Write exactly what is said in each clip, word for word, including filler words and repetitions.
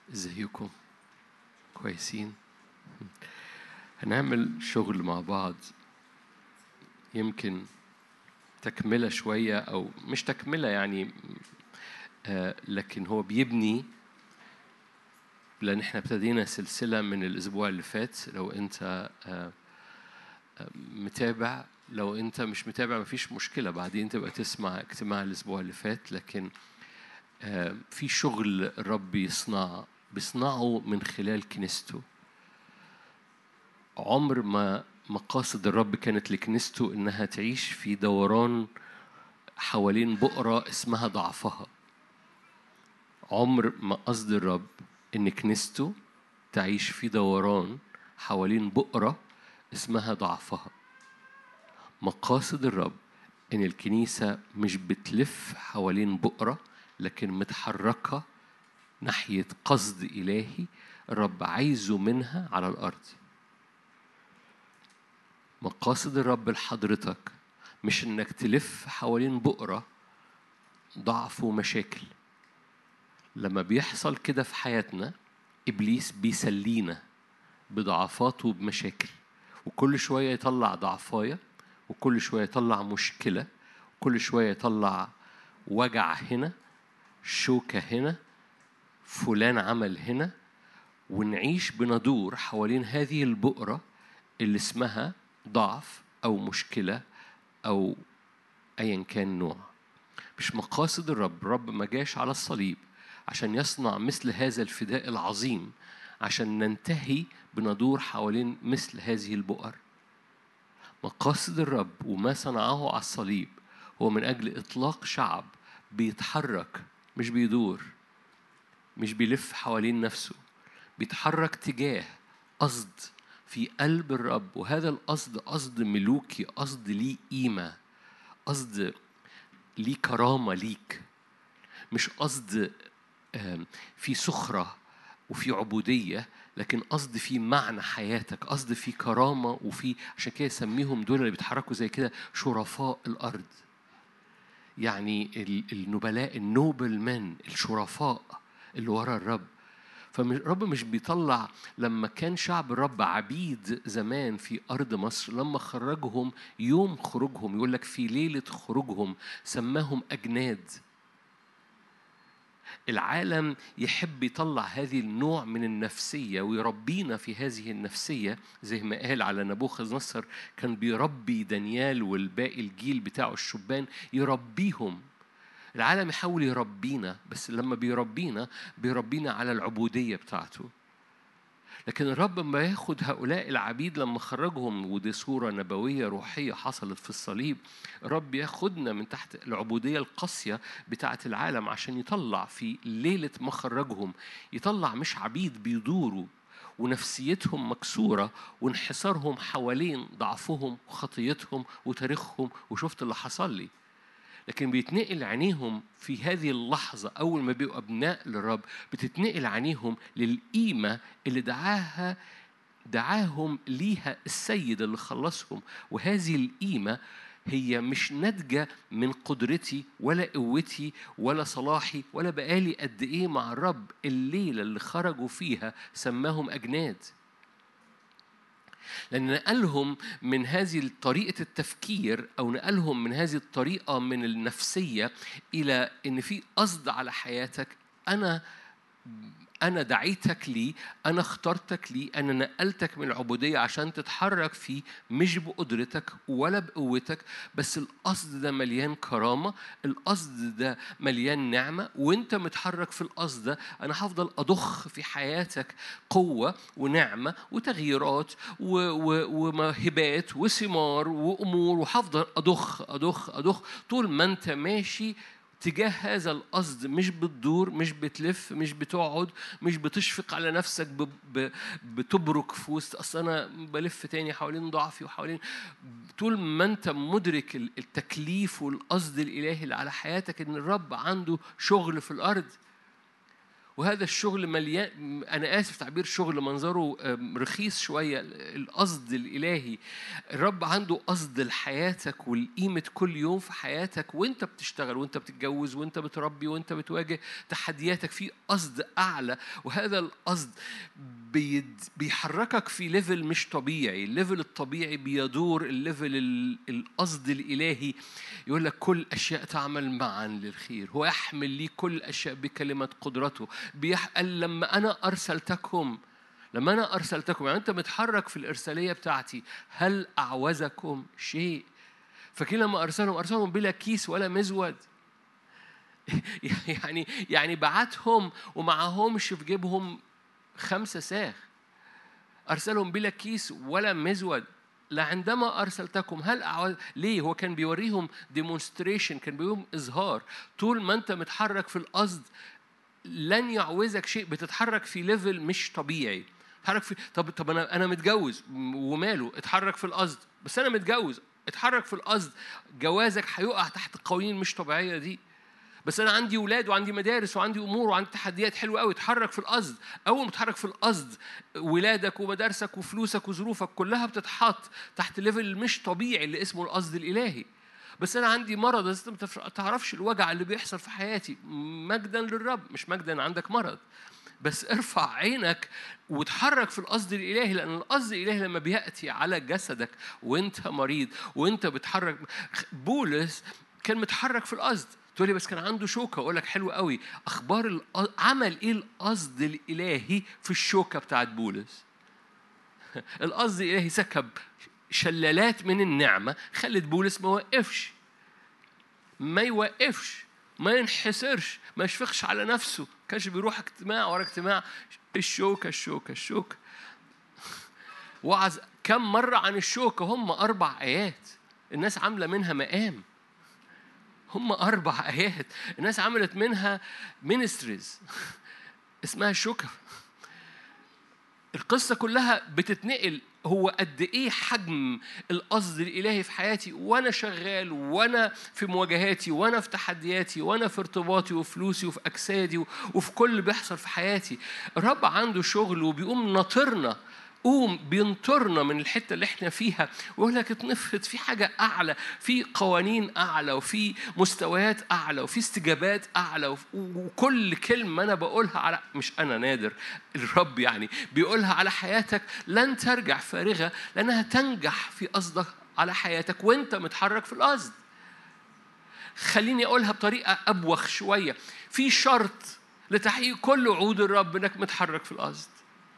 ازيكم؟ كويسين؟ هنعمل شغل مع بعض، يمكن تكملة شوية أو مش تكملة يعني آه لكن هو بيبني، لأن احنا ابتدينا سلسلة من الأسبوع اللي فات. لو أنت آه آه متابع، لو أنت مش متابع مفيش مشكلة، بعدين تبقى تسمع اجتماع الأسبوع اللي فات. لكن آه في شغل الرب يصنع بيصنعه من خلال كنيسته. عمر ما مقاصد الرب كانت لكنيسته إنها تعيش في دوران حوالين بؤرة اسمها ضعفها. عمر ما قصد الرب إن كنيسته تعيش في دوران حوالين بؤرة اسمها ضعفها. مقاصد الرب إن الكنيسة مش بتلف حوالين بؤرة، لكن متحركة ناحية قصد إلهي الرب عايزه منها على الأرض. مقاصد الرب لحضرتك مش إنك تلف حوالين بؤرة ضعف ومشاكل. لما بيحصل كده في حياتنا، إبليس بيسلينا بضعفات وبمشاكل، وكل شوية يطلع ضعفايا، وكل شوية يطلع مشكلة، وكل شوية يطلع وجع هنا، شوكة هنا، فلان عمل هنا، ونعيش بندور حوالين هذه البؤرة اللي اسمها ضعف أو مشكلة أو أيا كان نوع. مش مقاصد الرب. الرب ما جاش على الصليب عشان يصنع مثل هذا الفداء العظيم عشان ننتهي بندور حوالين مثل هذه البؤر. مقاصد الرب وما صنعه على الصليب هو من أجل إطلاق شعب بيتحرك، مش بيدور، مش بيلف حوالين نفسه، بيتحرك تجاه قصد في قلب الرب. وهذا القصد قصد ملوكي، قصد ليه قيمة، قصد ليه كرامة ليك، مش قصد في سخرة وفي عبودية، لكن قصد في معنى حياتك، قصد في كرامة وفي. عشان كده يسميهم دول اللي بيتحركوا زي كده شرفاء الأرض، يعني النبلاء، النوبل مان، الشرفاء اللي ورا الرب. فالرب مش بيطلع. لما كان شعب الرب عبيد زمان في أرض مصر، لما خرجهم يوم خروجهم، يقول لك في ليلة خروجهم سماهم أجناد. العالم يحب يطلع هذه النوع من النفسية ويربينا في هذه النفسية، زي ما قال على نبوخذ نصر كان بيربي دانيال والباقي الجيل بتاعه الشبان، يربيهم. العالم يحاول يربينا، بس لما بيربينا بيربينا على العبودية بتاعته. لكن الرب ما ياخد هؤلاء العبيد لما خرجهم، ودي صورة نبوية روحية حصلت في الصليب، الرب ياخدنا من تحت العبودية القاسية بتاعة العالم عشان يطلع في ليلة ما خرجهم، يطلع مش عبيد بيدوروا ونفسيتهم مكسورة وانحسارهم حوالين ضعفهم وخطيتهم وتاريخهم. وشفت اللي حصل لي. لكن بيتنقل عينيهم في هذه اللحظة أول ما بيبقوا أبناء للرب، بتتنقل عينيهم للقيمة اللي دعاها دعاهم ليها السيد اللي خلصهم. وهذه القيمة هي مش ناتجة من قدرتي ولا قوتي ولا صلاحي ولا بقالي قد إيه مع الرب. الليلة اللي خرجوا فيها سماهم أجناد، لأن نقلهم من هذه طريقة التفكير أو نقلهم من هذه الطريقة من النفسية إلى إن في قصد على حياتك. أنا أنا دعيتك لي، أنا اخترتك لي، أنا نقلتك من العبودية عشان تتحرك فيه، مش بقدرتك ولا بقوتك، بس القصد ده مليان كرامة، القصد ده مليان نعمة، وانت متحرك في القصد ده. أنا هفضل أضخ في حياتك قوة ونعمة وتغييرات وموهبات وثمار وأمور، وهفضل أضخ أضخ أضخ طول ما انت ماشي تجاه هذا القصد. مش بتدور، مش بتلف، مش بتقعد، مش بتشفق على نفسك ب... ب... بتبرك في وسط أصل أنا بلف تاني حوالين ضعفي وحوالين. طول ما أنت مدرك التكليف والقصد الإلهي اللي على حياتك، إن الرب عنده شغل في الأرض. وهذا الشغل مليان، أنا آسف تعبير شغل منظره رخيص شوية، القصد الإلهي. الرب عنده قصد لحياتك والقيمة كل يوم في حياتك، وانت بتشتغل وانت بتتجوز وانت بتربي وانت بتواجه تحدياتك، في قصد أعلى. وهذا القصد بيحركك في ليفل مش طبيعي. الليفل الطبيعي بيدور، الليفل القصد الإلهي يقول لك كل أشياء تعمل معا للخير، هو يحمل لي كل أشياء بكلمة قدرته. بيحقل لما أنا أرسلتكم، لما أنا أرسلتكم يعني أنت متحرك في الإرسالية بتاعتي، هل أعوزكم شيء؟ فكي لما أرسلهم أرسلهم بلا كيس ولا مزود. يعني يعني بعتهم ومعهمش في جيبهم خمسة ساخ، أرسلهم بلا كيس ولا مزود. لعندما أرسلتكم هل أعوز. ليه؟ هو كان بيوريهم demonstration، كان بيوريهم إظهار. طول ما أنت متحرك في القصد لن يعوزك شيء. بتتحرك في ليفل مش طبيعي. اتحرك في طب طب أنا أنا متجوز وماله، اتحرك في القصد. بس أنا متجوز، اتحرك في القصد. جوازك هيقع تحت القوانين مش طبيعية دي. بس أنا عندي ولاد وعندي مدارس وعندي أمور وعندي تحديات حلوة قوي. اتحرك في القصد. أول ما تتحرك في القصد ولادك ومدارسك وفلوسك وظروفك كلها بتتحط تحت ليفل مش طبيعي اللي اسمه القصد الإلهي. بس أنا عندي مرض، بس أنت ما تعرفش الوجع اللي بيحصل في حياتي. مجدا للرب، مش مجدا عندك مرض. بس ارفع عينك وتحرك في القصد الإلهي، لأن القصد الإلهي لما بيأتي على جسدك وأنت مريض وأنت بتحرك. بولس كان متحرك في القصد. تقولي بس كان عنده شوكة. أقول لك حلو قوي، أخبار عمل إيه القصد الإلهي في الشوكة بتاعت بولس. القصد الإلهي سكب شلالات من النعمة خلت بولس ما يوقفش، ما يوقفش، ما ينحسرش، ما يشفقش على نفسه. كانش بيروح اجتماع ورا اجتماع، الشوكة الشوكة الشوكة. وعظ كم مرة عن الشوكة؟ هم أربع آيات الناس عاملة منها مقام. هم أربع آيات الناس عملت منها مينستريز اسمها الشوكة. القصة كلها بتتنقل. هو قد إيه حجم القصد الإلهي في حياتي وأنا شغال وأنا في مواجهاتي وأنا في تحدياتي وأنا في ارتباطي وفلوسي وفي أجسادي وفي كل اللي بيحصل في حياتي. الرب عنده شغل وبيقوم ناطرنا، قوم بينطرنا من الحتة اللي احنا فيها ويقول لك اتنفض في حاجة أعلى، في قوانين أعلى وفي مستويات أعلى وفي استجابات أعلى. وكل كلمة أنا بقولها على، مش أنا نادر، الرب يعني بيقولها على حياتك لن ترجع فارغة، لأنها تنجح في قصدك على حياتك وانت متحرك في القصد. خليني أقولها بطريقة أبوخ شوية، في شرط لتحقيق كل وعود الرب انك متحرك في القصد.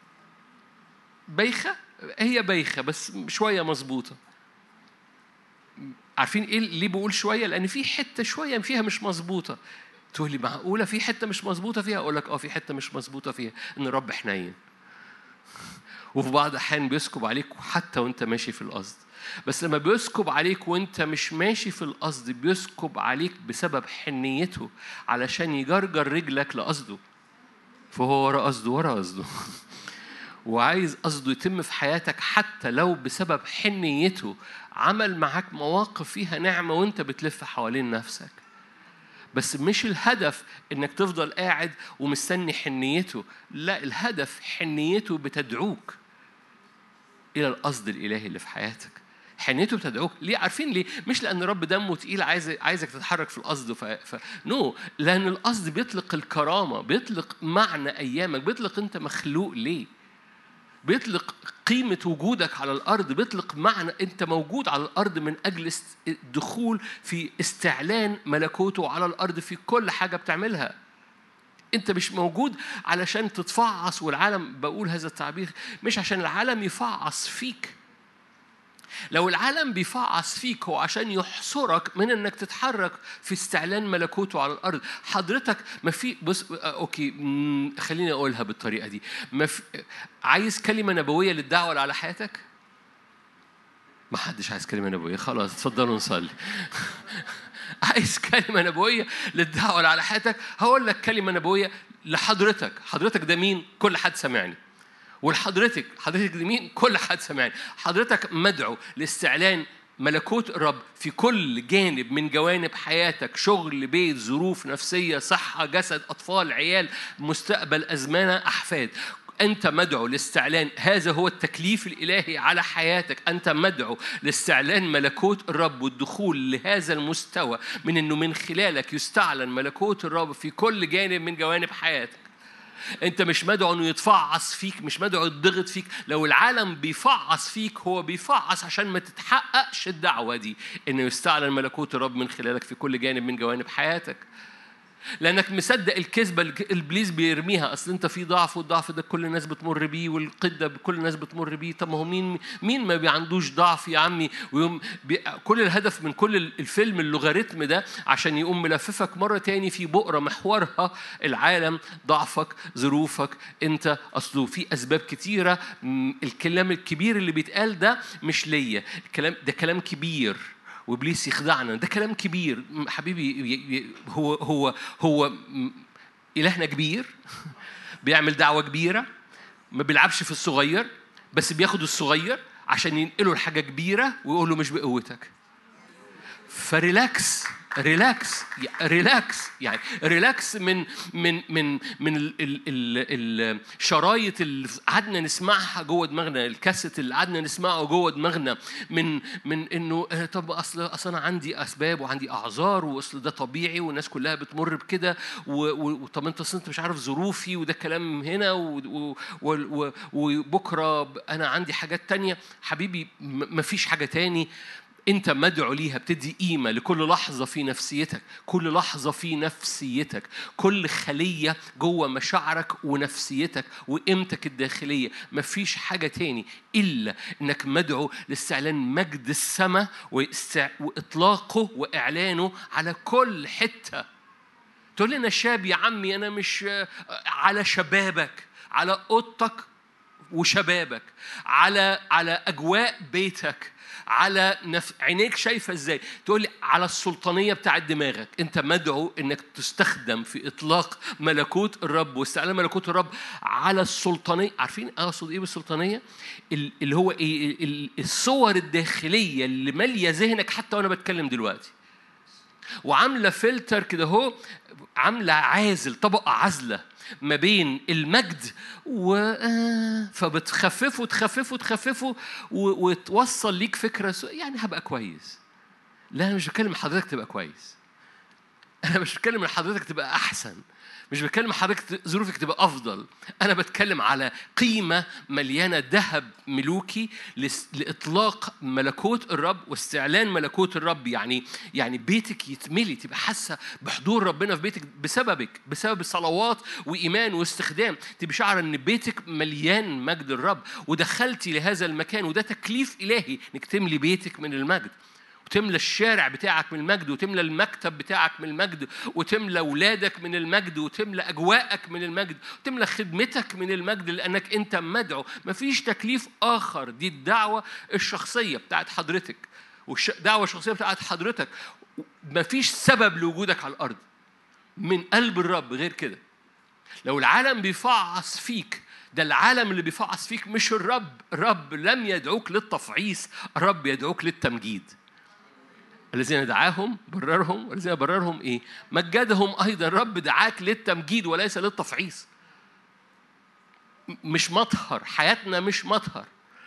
بيخة هي بيخة بس شوية مظبوطة. عارفين إيه ليه بقول شوية؟ لأن في حتة شوية فيها مش مظبوطة. تقول لي معقولة في حتة مش مظبوطة فيها؟ أقول لك آه في حتة مش مظبوطة فيها، إن الرب حنين وفي بعض الأحيان بيسكب عليك حتى وأنت ماشي في القصد. بس لما بيسكب عليك وأنت مش ماشي في القصد بيسكب عليك بسبب حنيته علشان يجرجر رجلك لقصده. فهو ورا قصده ورا قصده وعايز قصده يتم في حياتك، حتى لو بسبب حنيته عمل معاك مواقف فيها نعمة وانت بتلف حوالين نفسك. بس مش الهدف انك تفضل قاعد ومستني حنيته، لا، الهدف حنيته بتدعوك إلى القصد الإلهي اللي في حياتك. حنيته بتدعوك ليه؟ عارفين ليه؟ مش لأن رب دمه تقيل عايز عايزك تتحرك في القصد ف... ف... نو لأن القصد بيطلق الكرامة، بيطلق معنى أيامك، بيطلق أنت مخلوق ليه، بيطلق قيمة وجودك على الأرض، بيطلق معنى أنت موجود على الأرض من أجل الدخول في استعلان ملكوته على الأرض في كل حاجة بتعملها. أنت مش موجود علشان تتفعص، والعالم، بقول هذا التعبير مش عشان العالم يفعص فيك. لو العالم بيفعص فيك هو عشان يحصرك من انك تتحرك في استعلان ملكوته على الارض. حضرتك ما في بص اوكي خليني اقولها بالطريقه دي. ما في... عايز كلمه نبويه للدعوه على حياتك؟ ما حدش عايز كلمه نبويه، خلاص اتفضلوا نصلي. عايز كلمه نبويه للدعوه على حياتك؟ هقول لك كلمه نبويه لحضرتك. حضرتك ده مين؟ كل حد سمعني. والحضرتك حضرتك دي مين؟ كل حد سمعني. حضرتك مدعو لاستعلان ملكوت الرب في كل جانب من جوانب حياتك، شغل، بيت، ظروف نفسية، صحة، جسد، أطفال، عيال، مستقبل، أزمنة، أحفاد. أنت مدعو لاستعلان، هذا هو التكليف الإلهي على حياتك. أنت مدعو لاستعلان ملكوت الرب والدخول لهذا المستوى من أنه من خلالك يستعلن ملكوت الرب في كل جانب من جوانب حياتك. أنت مش مدعو أنه يتفعص فيك، مش مدعو يتضغط فيك. لو العالم بيفعص فيك هو بيفعص عشان ما تتحققش الدعوة دي، أنه يستعلن ملكوت الرب من خلالك في كل جانب من جوانب حياتك. لأنك مصدق الكذبة اللي إبليس بيرميها، أصل أنت في ضعف، والضعف ده كل الناس بتمر بيه، والقدة كل الناس بتمر بيه. طب ما هو مين مين ما بيعندوش ضعف يا عمي؟ ويوم بي... كل الهدف من كل الفيلم اللوغاريتم ده عشان يقوم ملففك مرة تاني في بؤرة محورها العالم، ضعفك، ظروفك. أنت أصله في أسباب كتيرة. الكلام الكبير اللي بيتقال ده مش ليا، الكلام ده كلام كبير وإبليس يخدعنا. ده كلام كبير حبيبي. هو هو هو إلهنا كبير، بيعمل دعوة كبيرة، ما بيلعبش في الصغير، بس بياخد الصغير عشان ينقله لحاجة كبيرة ويقول له مش بقوتك. فريلاكس ريلاكس ريلاكس يعني ريلاكس من من من من الشرايط اللي قعدنا نسمعها جوه دماغنا، الكاسيت اللي قعدنا نسمعه جوه دماغنا، من من انه طب اصل اصل انا عندي اسباب وعندي اعذار، واصل ده طبيعي والناس كلها بتمر بكده، وطب انت اصل انت مش عارف ظروفي، وده كلام هنا، وبكره انا عندي حاجات تانية. حبيبي مفيش حاجه تاني. أنت مدعو ليها، بتدي قيمة لكل لحظة في نفسيتك، كل لحظة في نفسيتك، كل خلية جوه مشاعرك ونفسيتك وقيمتك الداخلية. مفيش حاجة تاني إلا إنك مدعو لاستعلان مجد السماء وإطلاقه وإعلانه على كل حتة. تقول لنا شاب يا عمي، أنا مش على شبابك، على أوضتك وشبابك، على على أجواء بيتك، على نف... عينيك شايفة ازاي. تقول لي على السلطانية بتاعت دماغك. انت مدعو انك تستخدم في اطلاق ملكوت الرب واستعلان ملكوت الرب على السلطانية. عارفين اقصد ايه بالسلطانية؟ اللي هو ايه؟ الصور الداخلية اللي مالية ذهنك حتى وانا بتكلم دلوقتي، وعاملة فلتر كده، هو عاملة عازل، طبقة عازلة ما بين المجد و فبتخففه تخففه تخففه وتوصل ليك فكرة يعني هبقى كويس. لا، أنا مش بتكلم حضرتك تبقى كويس، أنا مش بتكلم من حضرتك تبقى أحسن، مش بتكلم حضرتك ظروفك تبقى أفضل. أنا بتكلم على قيمة مليانة ذهب ملوكي لإطلاق ملكوت الرب واستعلان ملكوت الرب. يعني يعني بيتك يتملي، تبقى حاسة بحضور ربنا في بيتك بسببك، بسبب الصلوات وإيمان واستخدام. تبقى شعر إن بيتك مليان مجد الرب، ودخلتي لهذا المكان، وده تكليف إلهي إنك تملي بيتك من المجد، وتملى الشارع بتاعك من المجد، وتملى المكتب بتاعك من المجد، وتملى أولادك من المجد، وتملى أجواءك من المجد، وتملى خدمتك من المجد، لأنك أنت مدعو. مفيش تكليف آخر. دي الدعوة الشخصية بتاعت حضرتك، والدعوة الشخصية بتاعت حضرتك. مفيش سبب لوجودك على الأرض من قلب الرب غير كده. لو العالم بيفعص فيك، ده العالم اللي بيفعص فيك مش الرب. الرب لم يدعوك للتفعيص، الرب يدعوك للتمجيد. الذين دعاهم بررهم، والذين بررهم إيه؟ مجدهم أيضا. الرب دعاك للتمجيد وليس للتفعيص. مش مطهر، حياتنا مش مطهر.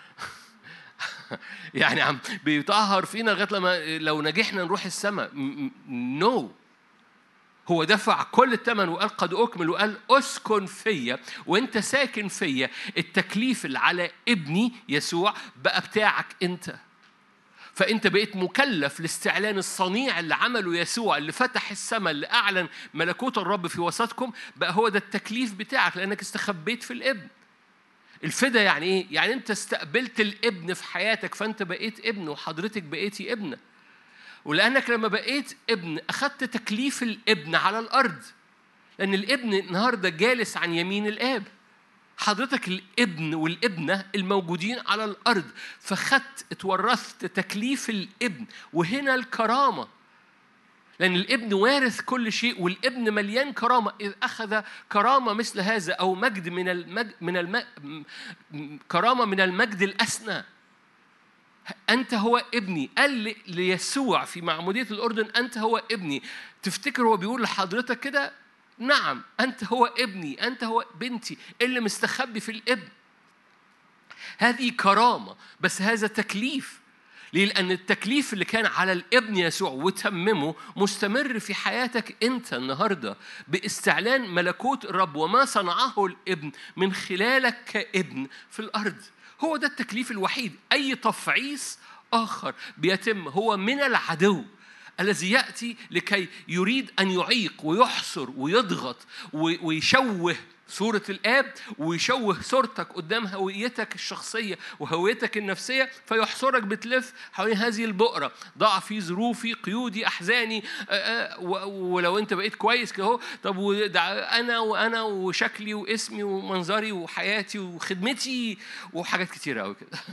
يعني عم بيطهر فينا لغاية لما لو نجحنا نروح السماء. نو no. هو دفع كل الثمن وقال قد أكمل، وقال أسكن فيا، وانت ساكن فيا. التكليف اللي على ابني يسوع بقى بتاعك انت. فأنت بقيت مكلف لاستعلان الصنيع اللي عمله يسوع، اللي فتح السماء، اللي أعلن ملكوت الرب في وسطكم. بقى هو ده التكليف بتاعك، لأنك استخبيت في الابن. الفدا يعني إيه؟ يعني أنت استقبلت الابن في حياتك، فأنت بقيت ابن، وحضرتك بقيتي ابنة. ولأنك لما بقيت ابن أخذت تكليف الابن على الأرض، لأن الابن النهاردة جالس عن يمين الآب. حضرتك الابن والابنة الموجودين على الأرض، فخدت اتورثت تكليف الابن. وهنا الكرامة، لأن الابن وارث كل شيء، والابن مليان كرامة. إذ أخذ كرامة مثل هذا، أو مجد من المجد من الم... كرامة من المجد الأسنى. أنت هو ابني. قال ليسوع في معمودية الأردن أنت هو ابني. تفتكر هو بيقول لحضرتك كده؟ نعم، أنت هو ابني، أنت هو بنتي اللي مستخبي في الابن. هذه كرامة، بس هذا تكليف. ليه؟ لأن التكليف اللي كان على الابن يسوع وتممه مستمر في حياتك أنت النهاردة باستعلان ملكوت الرب وما صنعه الابن من خلالك كابن في الأرض. هو ده التكليف الوحيد. أي تفعيص آخر بيتم هو من العدو الذي يأتي لكي يريد أن يعيق ويحصر ويضغط ويشوه صورة الآب ويشوه صورتك قدام هويتك الشخصية وهويتك النفسية، فيحصرك بتلف حوالين هذه البؤرة. ضعفي، ظروفي، قيودي، أحزاني، ولو أنت بقيت كويس كده، طب أنا وأنا وشكلي واسمي ومنظري وحياتي وخدمتي وحاجات كتيرة أوي كده.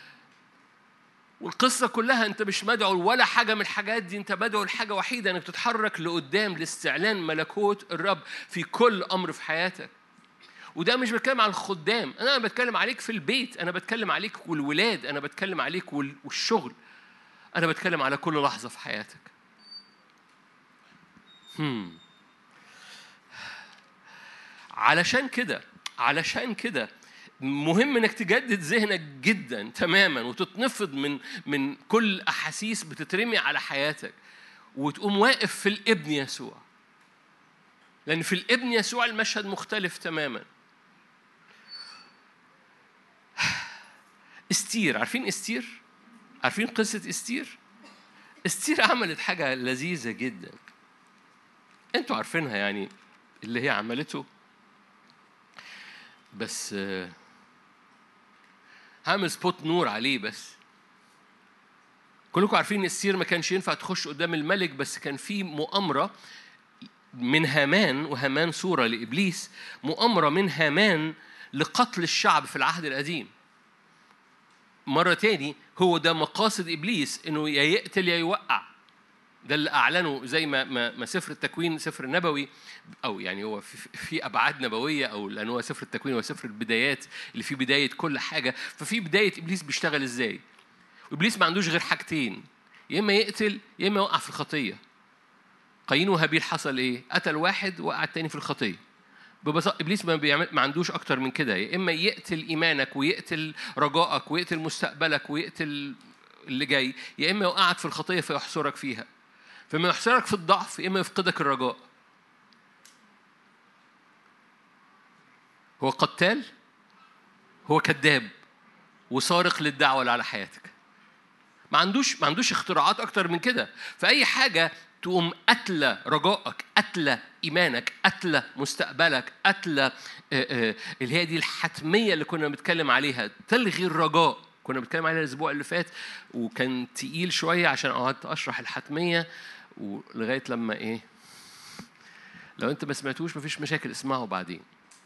والقصة كلها أنت مش مدعو ولا حاجة من الحاجات دي، أنت مدعو لحاجة وحيدة، أنك تتحرك لقدام لاستعلان ملكوت الرب في كل أمر في حياتك. وده مش بتكلم عن الخدام، أنا بتكلم عليك في البيت، أنا بتكلم عليك والولاد، أنا بتكلم عليك والشغل، أنا بتكلم على كل لحظة في حياتك. هم. علشان كده علشان كده مهم انك تجدد ذهنك جدا تماما وتتنفض من من كل احاسيس بتترمي على حياتك وتقوم واقف في الابن يسوع. لان في الابن يسوع المشهد مختلف تماما. استير، عارفين استير؟ عارفين قصة استير؟ استير عملت حاجة لذيذة جدا، انتوا عارفينها يعني اللي هي عملته، بس هعمل سبوت نور عليه. بس كلكم عارفين استير ما كانش ينفع تخش قدام الملك، بس كان في مؤامرة من هامان، وهامان صورة لإبليس، مؤامرة من هامان لقتل الشعب في العهد القديم. مرة تاني هو ده مقاصد إبليس، إنه يا يقتل يا يوقع. ده اللي أعلنه زي ما ما سفر التكوين سفر نبوي، أو يعني هو في, في أبعاد نبوية، أو لأنه هو سفر التكوين هو سفر البدايات اللي فيه بداية كل حاجة. ففي بداية إبليس بيشتغل إزاي. وإبليس ما عندوش غير حاجتين، يا إما يقتل يا إما يوقع في الخطية. قايين وهابيل حصل إيه؟ قتل واحد وقع التاني في الخطية. ببساطة إبليس ما بيعمل، ما عندوش أكتر من كده. يا إما يقتل إيمانك ويقتل رجائك ويقتل مستقبلك ويقتل اللي جاي، يا إما يوقعك في الخطية فيحصرك فيها. فما يحصرك في الضعف، يا إما يفقدك الرجاء. هو قتال، هو كذاب وسارق للدعوة اللي على حياتك. ما عندوش ما عندوش اختراعات أكتر من كده. فأي حاجة تقوم قتلة رجائك، قتلة إيمانك، قتلة مستقبلك، قتلة اللي هي دي الحتمية اللي كنا بنتكلم عليها، تلغي الرجاء. كنا بنتكلم عليها الأسبوع اللي فات وكان تقيل شوية عشان قعدت أشرح الحتمية، ولغاية لما إيه، لو أنت ما سمعتوش مفيش مشاكل، اسمعه بعدين.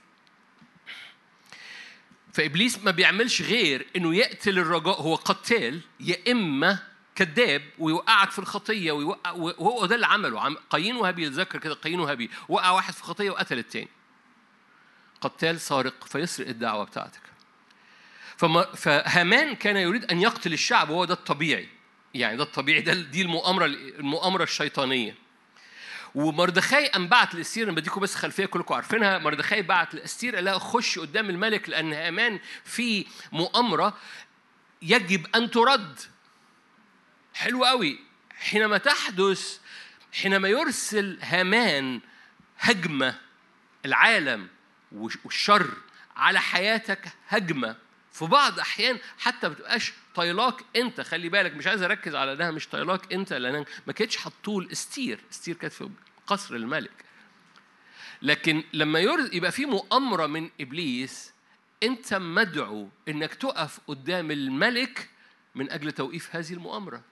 فإبليس ما بيعملش غير إنه يقتل الرجاء، هو قتال، يا إما كذاب ويوقعك في الخطية ويوقع. وهو ده اللي عمله قايين وهابيل. ذكر كده قايين وهابيل، وقع واحد في خطية وقتل التاني. قتال سارق فيسرق الدعوة بتاعتك. فما فهامان كان يريد أن يقتل الشعب، وهو ده الطبيعي، يعني ده الطبيعي، ده دي المؤامرة المؤامرة الشيطانية. ومردخاي أن بعت لأستير، أنا بديكم بس خلفية كلكم عارفينها. مردخاي بعت لأستير قال لها خش قدام الملك لأن هامان في مؤامرة يجب أن ترد. حلو قوي. حينما تحدث، حينما يرسل هامان هجمة العالم والشر على حياتك، هجمة في بعض أحيان حتى بتبقاش طيلاك أنت. خلي بالك، مش عايز أركز على أنها مش طيلاك أنت، لأن ما كانتش حطول استير. استير كانت في قصر الملك. لكن لما يبقى في مؤامرة من إبليس، أنت مدعو أنك تقف قدام الملك من أجل توقيف هذه المؤامرة.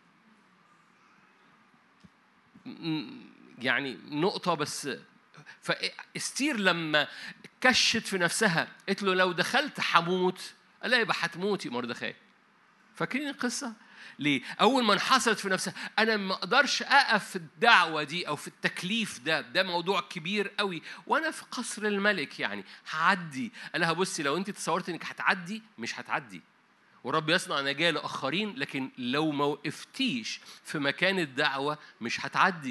يعني نقطة بس. فاستير لما كشت في نفسها قلت له لو دخلت حموت، قال لها يبقى هتموتي مردخاي. فاكرين القصة؟ ليه؟ أول ما انحصرت في نفسها، أنا ما أقدرش أقف في الدعوة دي أو في التكليف ده، ده موضوع كبير قوي وأنا في قصر الملك، يعني هعدي. قال لها بصي، لو أنت تصورت إنك هتعدي، مش هتعدي. ورب يصنع نجاة لآخرين، لكن لو ما وقفتيش في مكان الدعوة مش هتعدي.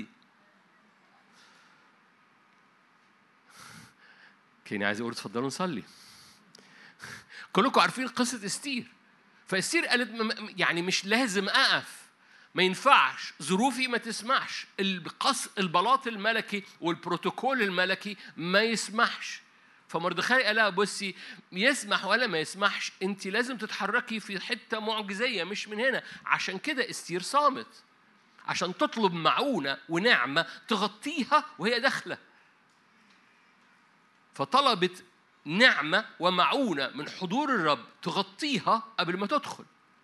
كيني عايز أقول تفضلوا نصلي. كلكم عارفين قصة استير. فاستير قالت يعني مش لازم أقف، ما ينفعش، ظروفي ما تسمحش، القص البلاط الملكي والبروتوكول الملكي ما يسمحش. فمردخاي قال لها بصي، يسمح ولا ما يسمحش، انت لازم تتحركي في حتة معجزية مش من هنا. عشان كده استير صامت، عشان تطلب معونة ونعمة تغطيها وهي داخلة. فطلبت نعمة ومعونة من حضور الرب تغطيها قبل ما تدخل.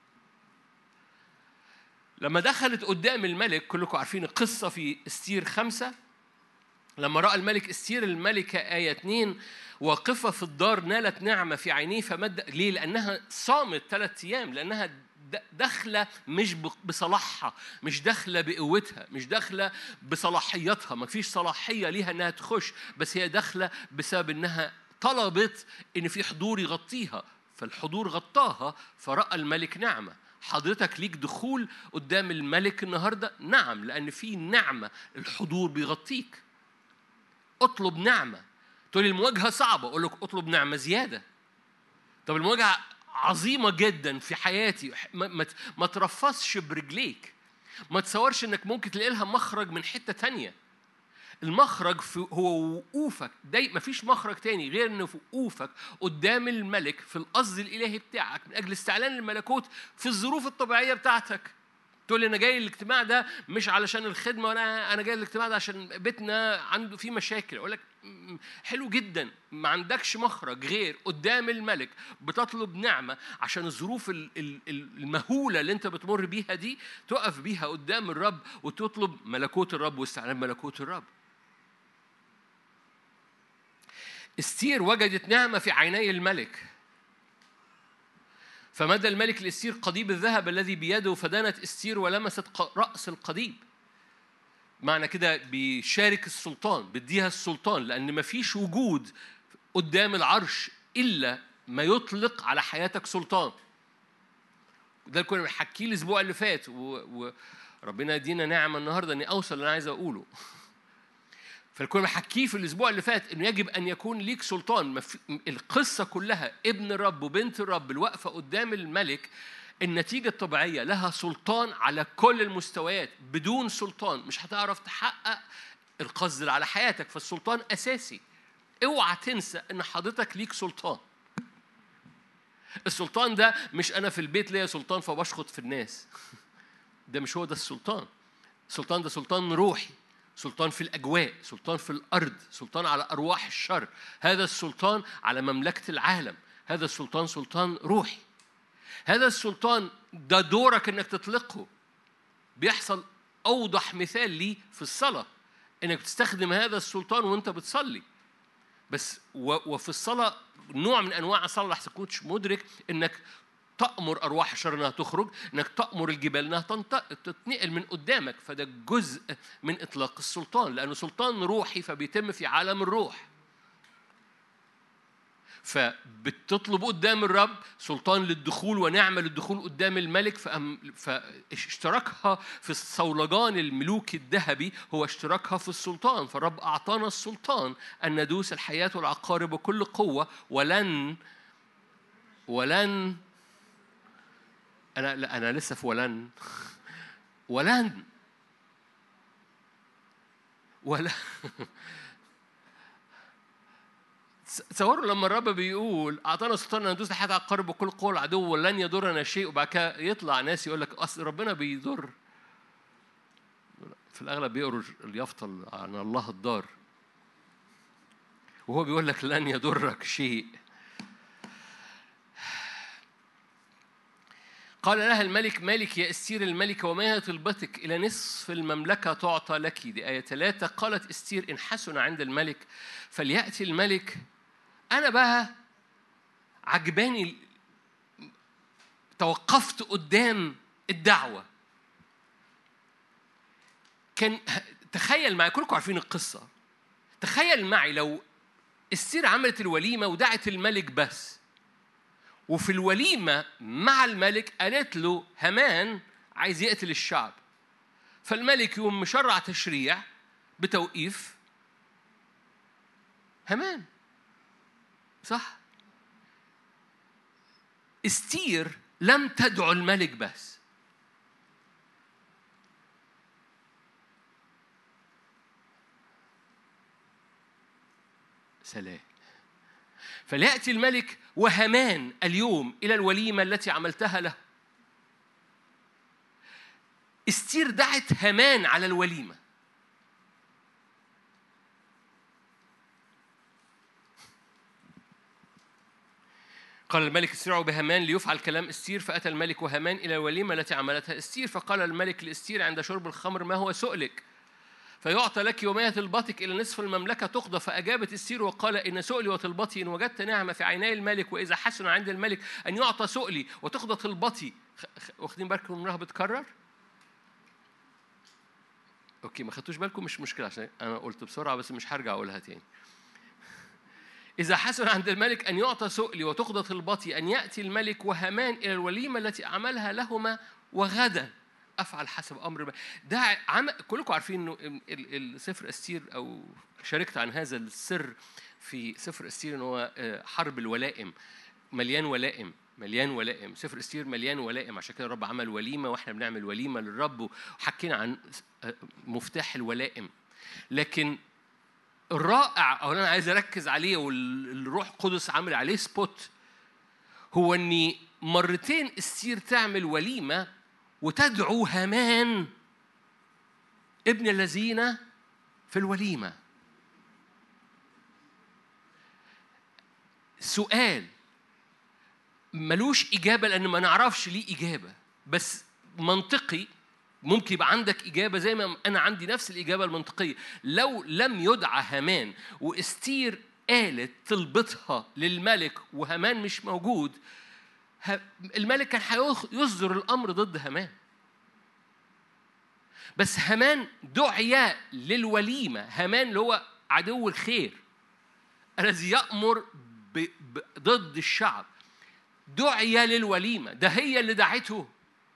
لما دخلت قدام الملك، كلكم عارفين القصة في استير خمسة، لما رأى الملك استير الملكة آية اتنين واقفة في الدار نالت نعمة في عينيه فمد. ليه؟ لأنها صامت ثلاث أيام، لأنها داخلة مش بصلاحها، مش داخلة بقوتها، مش داخلة بصلاحيتها، ما فيش صلاحية ليها أنها تخش، بس هي داخلة بسبب أنها طلبت أن في حضور يغطيها، فالحضور غطاها فرأى الملك نعمة. حضرتك ليك دخول قدام الملك النهاردة؟ نعم، لأن في نعمة، الحضور بيغطيك. اطلب نعمة. تقول المواجهة صعبة، أقول لك اطلب نعمة زيادة. طب المواجهة عظيمة جدا في حياتي، ما, ما ترفصش برجليك، ما تصورش انك ممكن تلاقي لها مخرج من حتة تانية. المخرج في هو وقوفك، داي ما فيش مخرج تاني غير انه في وقوفك قدام الملك في القصد الالهي بتاعك من اجل استعلان الملكوت في الظروف الطبيعية بتاعتك. تقول لي أنا جاي الاجتماع ده مش علشان الخدمة، ولا أنا جاي الاجتماع ده عشان بيتنا عنده فيه مشاكل. أقول لك حلو جدا، ما عندكش مخرج غير قدام الملك بتطلب نعمة عشان الظروف المهولة اللي أنت بتمر بيها دي تقف بيها قدام الرب وتطلب ملكوت الرب واستعلان ملكوت الرب. استير وجدت نعمة في عيني الملك، فمد الملك لاستير قضيب الذهب الذي بيده فدانت استير ولمست رأس القضيب. معنى كده بيشارك السلطان، بديها السلطان، لأن ما فيش وجود قدام العرش إلا ما يطلق على حياتك سلطان. ده اللي كنا بنحكيه الأسبوع اللي فات، وربنا يدينا نعمة النهاردة إني أوصل اللي أنا عايز أقوله. فالكل بحكيه في الأسبوع اللي فات إنه يجب أن يكون ليك سلطان. القصة كلها ابن الرب وبنت الرب الواقفة قدام الملك، النتيجة الطبيعية لها سلطان على كل المستويات. بدون سلطان مش هتعرف تحقق القصد على حياتك، فالسلطان أساسي. اوعى تنسى إن حضرتك ليك سلطان. السلطان ده مش أنا في البيت ليا سلطان فبشخط في الناس. ده مش هو ده السلطان. السلطان ده سلطان روحي، سلطان في الأجواء، سلطان في الأرض، سلطان على أرواح الشر. هذا السلطان على مملكة العالم. هذا السلطان سلطان روحي. هذا السلطان ده دورك إنك تطلقه. بيحصل أوضح مثال لي في الصلاة، إنك تستخدم هذا السلطان وإنت بتصلي. بس وفي الصلاة نوع من أنواع الصلاة لحسن كنتش مدرك إنك تأمر أرواح الشر أنها تخرج، إنك تأمر الجبال أنها تتنقل من قدامك. فده جزء من إطلاق السلطان، لأنه سلطان روحي فبيتم في عالم الروح. فبتطلب قدام الرب سلطان للدخول ونعمة للدخول قدام الملك. فاشتراكها في الصولجان الملوكي الذهبي هو اشتراكها في السلطان. فالرب أعطانا السلطان أن ندوس الحياة والعقارب بكل قوة، ولن ولن أنا لا أنا لسه في ولن ولن ولا تصوروا لما الرب بيقول أعطانا سلطان أن ندوس الحياة والعقارب بكل قوة العدو ولن يضرنا شيء، وبعد كده يطلع ناس يقول لك أصل ربنا بيضر. في الأغلب بيقروا اليافطة عن الله الضار، وهو بيقول لك لن يضرك شيء. قال لها الملك مالك يا استير الملكة وما هي طلبتك؟ إلى نصف المملكة تعطى لك. دي آية ثلاثة. قالت استير إن حسن عند الملك فليأتي الملك. أنا بقى عجباني، توقفت قدام الدعوة. كان تخيل معي، كلكم عارفين القصة، تخيل معي لو استير عملت الوليمة ودعت الملك بس، وفي الوليمة مع الملك قالت له هامان عايز يقتل الشعب، فالملك يقوم مشرع تشريع بتوقيف هامان. صح؟ استير لم تدعو الملك بس، سلام. فليأتي الملك وهامان اليوم إلى الوليمة التي عملتها له. استير دعت هامان على الوليمة. قال الملك اسرعوا بهامان ليفعل كلام استير. فأتى الملك وهامان إلى الوليمة التي عملتها استير. فقال الملك لاستير عند شرب الخمر ما هو سؤلك؟ فيعطى لك يومية طلبتك إلى نصف المملكة تقضى. فأجابت استير وقال إن سؤلي وطلبتي إن وجدت نعمة في عيني الملك، وإذا حسن عند الملك أن يعطى سؤلي وتقضى طلبتي. واخدين بالكم إنها بتكرر؟ أوكي، ما خدتوش بالكم مش مشكلة عشان أنا قلت بسرعة، بس مش هرجع أقولها تاني. إذا حسن عند الملك أن يعطى سؤلي وتقضى طلبتي أن يأتي الملك وهامان إلى الوليمة التي عملها لهما، وغدا أفعل حسب أمر. ده عم... كلكم عارفين إنه السفر أستير أو شاركت عن هذا السر في سفر أستير، إنه هو حرب الولائم، مليان ولائم مليان ولائم. سفر أستير مليان ولائم، عشان كده الرب عمل وليمة وإحنا بنعمل وليمة للرب، وحكينا عن مفتاح الولائم. لكن الرائع أو أنا عايز أركز عليه والروح القدس عامل عليه سبوت، هو إني مرتين أستير تعمل وليمة وتدعو هامان ابن الذين في الوليمة. سؤال ملوش إجابة لأن ما نعرفش ليه إجابة، بس منطقي ممكن يبقى عندك إجابة زي ما أنا عندي نفس الإجابة المنطقية. لو لم يدعى هامان وإستير قالت طلبتها للملك وهامان مش موجود، الملك كان هيصدر الأمر ضد هامان. بس هامان دعي للوليمة. هامان اللي هو عدو الخير الذي يأمر ضد الشعب دعي للوليمة. ده هي اللي دعته.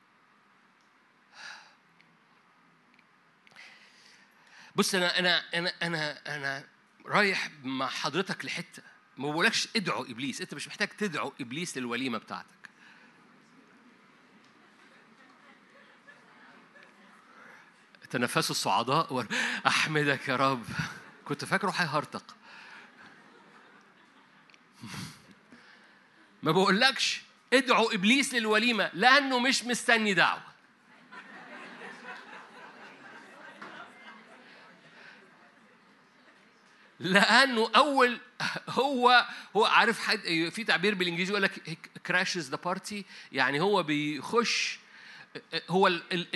بص أنا أنا أنا أنا أنا رايح مع حضرتك لحتة ما بقولكش ادعو إبليس. أنت مش محتاج تدعو إبليس للوليمة بتاعتك. تنفسوا الصعداء أحمدك يا رب. كنت فاكره هيهرطق. ما بقولكش ادعو إبليس للوليمة لأنه مش مستني دعوة. لأنه أول هو هو عارف حد في تعبير بالإنجليزي يقول لك crashes the party، يعني هو بيخش. هو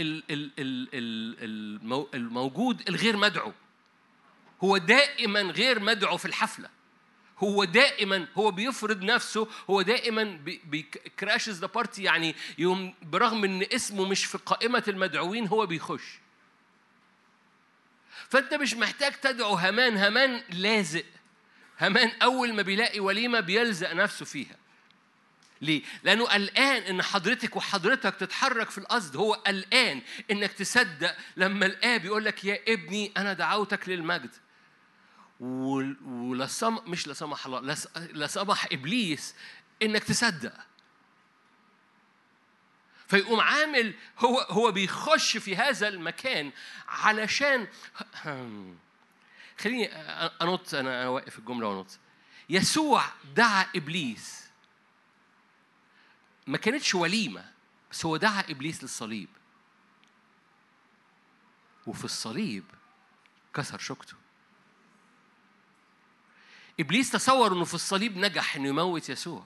الموجود الغير مدعو، هو دائما غير مدعو في الحفلة. هو دائما هو بيفرض نفسه، هو دائما بيكراشز ذا بارتي، يعني يوم برغم ان اسمه مش في قائمة المدعوين هو بيخش. فانت مش محتاج تدعو هامان. هامان لازق. هامان اول ما بيلاقي وليمة بيلزق نفسه فيها. ليه؟ لأنه قلقان إن حضرتك وحضرتك تتحرك في القصد. هو قلقان إنك تصدق لما الآب يقول لك يا ابني أنا دعوتك للمجد، ولا سم مش لا سمح الله لا سمح إبليس إنك تصدق. فيقوم عامل هو هو بيخش في هذا المكان علشان خليني أنط. أنا واقف الجملة ونط. يسوع دعا إبليس، ما كانتش وليمة، بس هو دعا إبليس للصليب، وفي الصليب كسر شوكته. إبليس تصور أنه في الصليب نجح أنه يموت يسوع.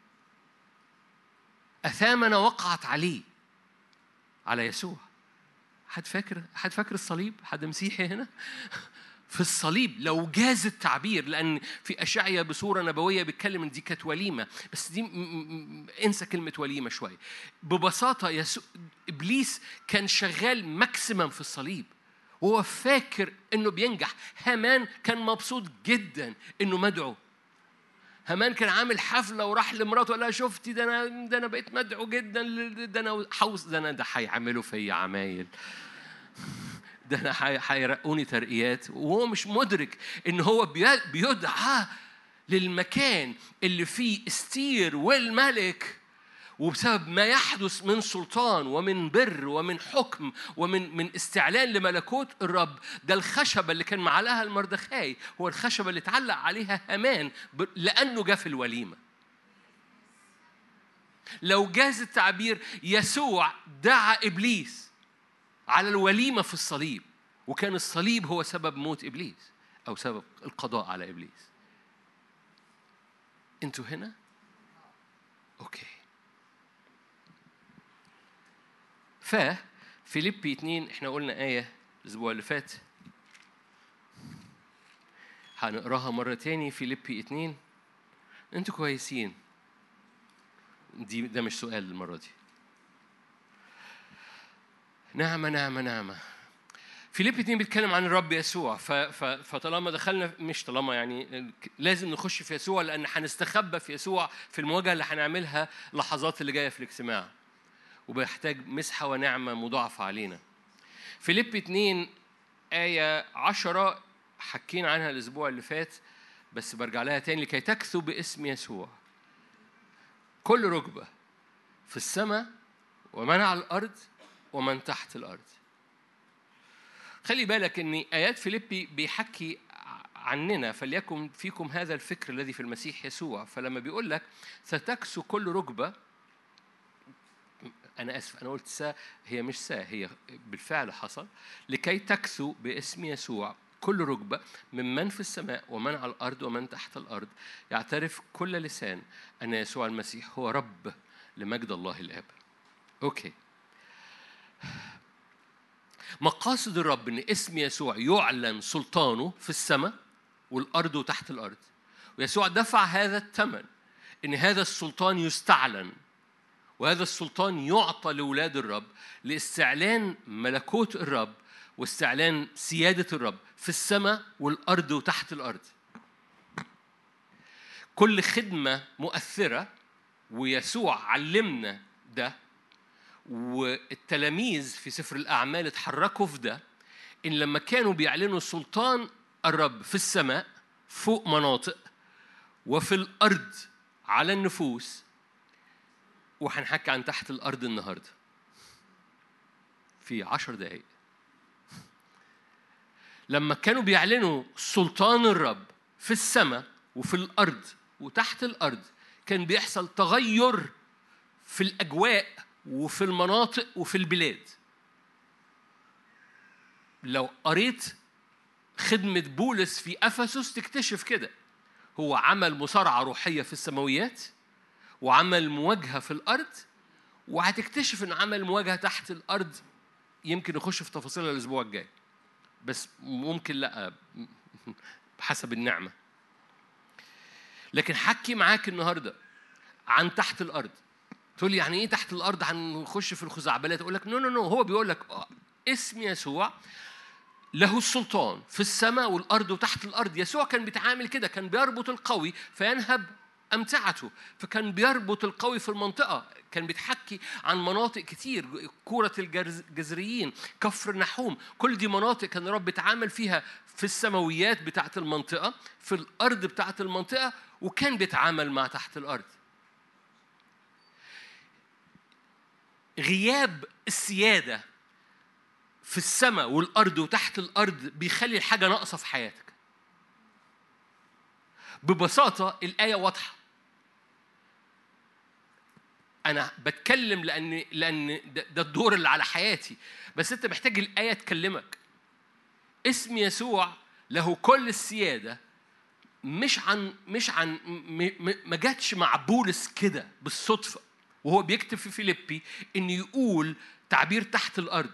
أثامنا وقعت عليه، على يسوع. حد فاكر حد فاكر الصليب؟ حد مسيحي هنا؟ في الصليب لو جاز التعبير، لأن في أشعياء بصورة نبوية بيتكلم إن دي كانت وليمة، بس دي م- م- انسى كلمة وليمة شوية. ببساطة يسوع إبليس كان شغال ماكسيمم في الصليب وهو فاكر إنه بينجح. هامان كان مبسوط جدا إنه مدعو. هامان كان عامل حفلة وراح لمراته وقال لها شفتي ده أنا ده أنا بقيت مدعو جدا، ده أنا حوس، ده أنا ده هيعملوا فيا عمايل، ده أنا هيرقوني ترقيات، وهو مش مدرك إن هو بيدعى للمكان اللي فيه استير والملك، وبسبب ما يحدث من سلطان ومن بر ومن حكم ومن من استعلان لملكوت الرب. ده الخشبة اللي كان معلقها المردخاي هو الخشبة اللي اتعلق عليها هامان لأنه جاء في الوليمة. لو جاز التعبير، يسوع دعا إبليس على الوليمة في الصليب، وكان الصليب هو سبب موت إبليس أو سبب القضاء على إبليس. أنتوا هنا؟ أوكي. ففيليبي اتنين احنا قلنا آية الأسبوع اللي فات، هنقراها مرة تاني. فيليبي اتنين. انتوا كويسين؟ دي ده مش سؤال المرة دي. نعمة نعمة نعمة. فيليبي اتنين بيتكلم عن الرب يسوع. فطالما دخلنا، مش طالما يعني لازم نخش في يسوع، لأن هنستخبى في يسوع في المواجهة اللي هنعملها اللحظات اللي جاية في الاجتماع، وبيحتاج مسحة ونعمة مضاعفة علينا. فيليبي اتنين آية عشرة حكينا عنها الأسبوع اللي فات، بس برجع لها تاني. لكي تكثوا باسم يسوع كل ركبة في السماء ومن على الأرض ومن تحت الأرض. خلي بالك أن آيات فيليبي بيحكي عننا، فليكن فيكم هذا الفكر الذي في المسيح يسوع. فلما بيقول لك ستكسو كل ركبة، أنا أسف أنا قلت سا، هي مش سا، هي بالفعل حصل. لكي تكثوا باسم يسوع كل ركبة ممن في السماء ومن على الأرض ومن تحت الأرض، يعترف كل لسان أن يسوع المسيح هو رب لمجد الله الآب. أوكي. مقاصد الرب أن اسم يسوع يعلن سلطانه في السماء والأرض وتحت الأرض، ويسوع دفع هذا الثمن أن هذا السلطان يستعلن، وهذا السلطان يعطى لأولاد الرب لاستعلان ملكوت الرب واستعلان سيادة الرب في السماء والأرض وتحت الأرض. كل خدمة مؤثرة، ويسوع علمنا ده، والتلاميذ في سفر الأعمال اتحركوا في ده، إن لما كانوا بيعلنوا سلطان الرب في السماء فوق مناطق وفي الأرض على النفوس، وهنحكي عن تحت الأرض النهاردة في عشر دقايق. لما كانوا بيعلنوا سلطان الرب في السماء وفي الأرض وتحت الأرض، كان بيحصل تغير في الأجواء وفي المناطق وفي البلاد. لو قريت خدمة بولس في أفسس تكتشف كده، هو عمل مصارعة روحية في السماويات وعمل مواجهة في الأرض، وهتكتشف إن عمل مواجهة تحت الأرض يمكن نخش في تفاصيلها الأسبوع الجاي، بس ممكن لأ بحسب النعمة. لكن حكي معاك النهاردة عن تحت الأرض. تقول لي يعني إيه تحت الأرض؟ هنخش في الخزعبلات. أقول لك نو نو نو هو بيقول لك اسم يسوع له السلطان في السماء والأرض وتحت الأرض. يسوع كان بيتعامل كده، كان بيربط القوي فينهب أمتعته، فكان بيربط القوي في المنطقة. كان بيتحكي عن مناطق كتير، كورة الجزريين، كفر نحوم، كل دي مناطق كان رب بيتعامل فيها في السماويات بتاعة المنطقة، في الأرض بتاعة المنطقة، وكان بيتعامل مع تحت الأرض. غياب السيادة في السماء والأرض وتحت الأرض بيخلي الحاجة ناقصة في حياتك. ببساطة الآية واضحة. أنا بتكلم لأن لأن ده الدور اللي على حياتي، بس أنت محتاج الآية تكلمك. اسم يسوع له كل السيادة، مش عن مش عن ما جاتش مع بولس كده بالصدفة وهو بيكتب في فيليبي إنه يقول تعبير تحت الأرض.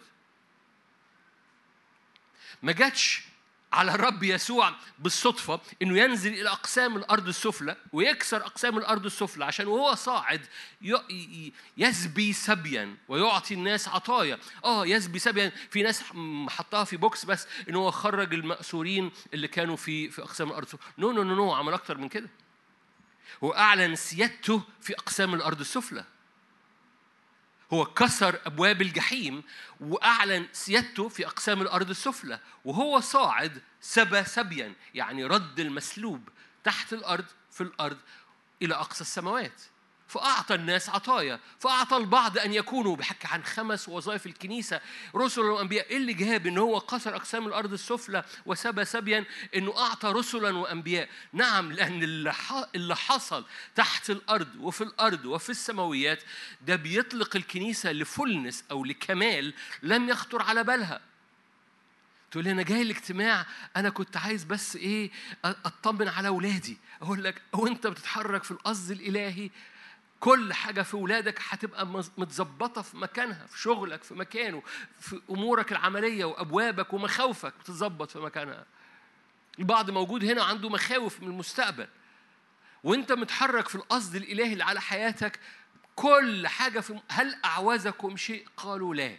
ما جاتش على الرب يسوع بالصدفة إنه ينزل إلى أقسام الأرض السفلى ويكسر أقسام الأرض السفلى عشان وهو صاعد يسبي سبيا ويعطي الناس عطايا. آه يسبي سبيا، في ناس حطها في بوكس بس إنه هو خرج المأسورين اللي كانوا في في أقسام الأرض السفلى. نو نو نو نو عمل أكتر من كده. هو أعلن سيادته في أقسام الأرض السفلى. هو كسر أبواب الجحيم وأعلن سيادته في أقسام الأرض السفلى، وهو صاعد سبى سبيا، يعني رد المسلوب تحت الأرض في الأرض إلى أقصى السماوات. فأعطى الناس عطايا، فأعطى البعض أن يكونوا، بحكي عن خمس وظائف الكنيسة، رسل وأنبياء. إيه اللي جاب إن هو كسر أقسام الأرض السفلى وسبى سبيا؟ إنه أعطى رسلا وأنبياء. نعم، لأن اللي حصل تحت الأرض وفي الأرض وفي السماويات ده بيطلق الكنيسة لفلنس أو لكمال لم يخطر على بالها. تقول لي أنا جاي الاجتماع، أنا كنت عايز بس إيه أطمن على أولادي. أقول لك وأنت بتتحرك في القصد الإلهي كل حاجة في ولادك هتبقى متظبطة في مكانها، في شغلك في مكانه، في أمورك العملية وأبوابك ومخاوفك بتتظبط في مكانها. البعض موجود هنا عنده مخاوف من المستقبل، وأنت متحرك في القصد الإلهي اللي على حياتك. كل حاجة في هل أعوزكم شيء؟ قالوا لا.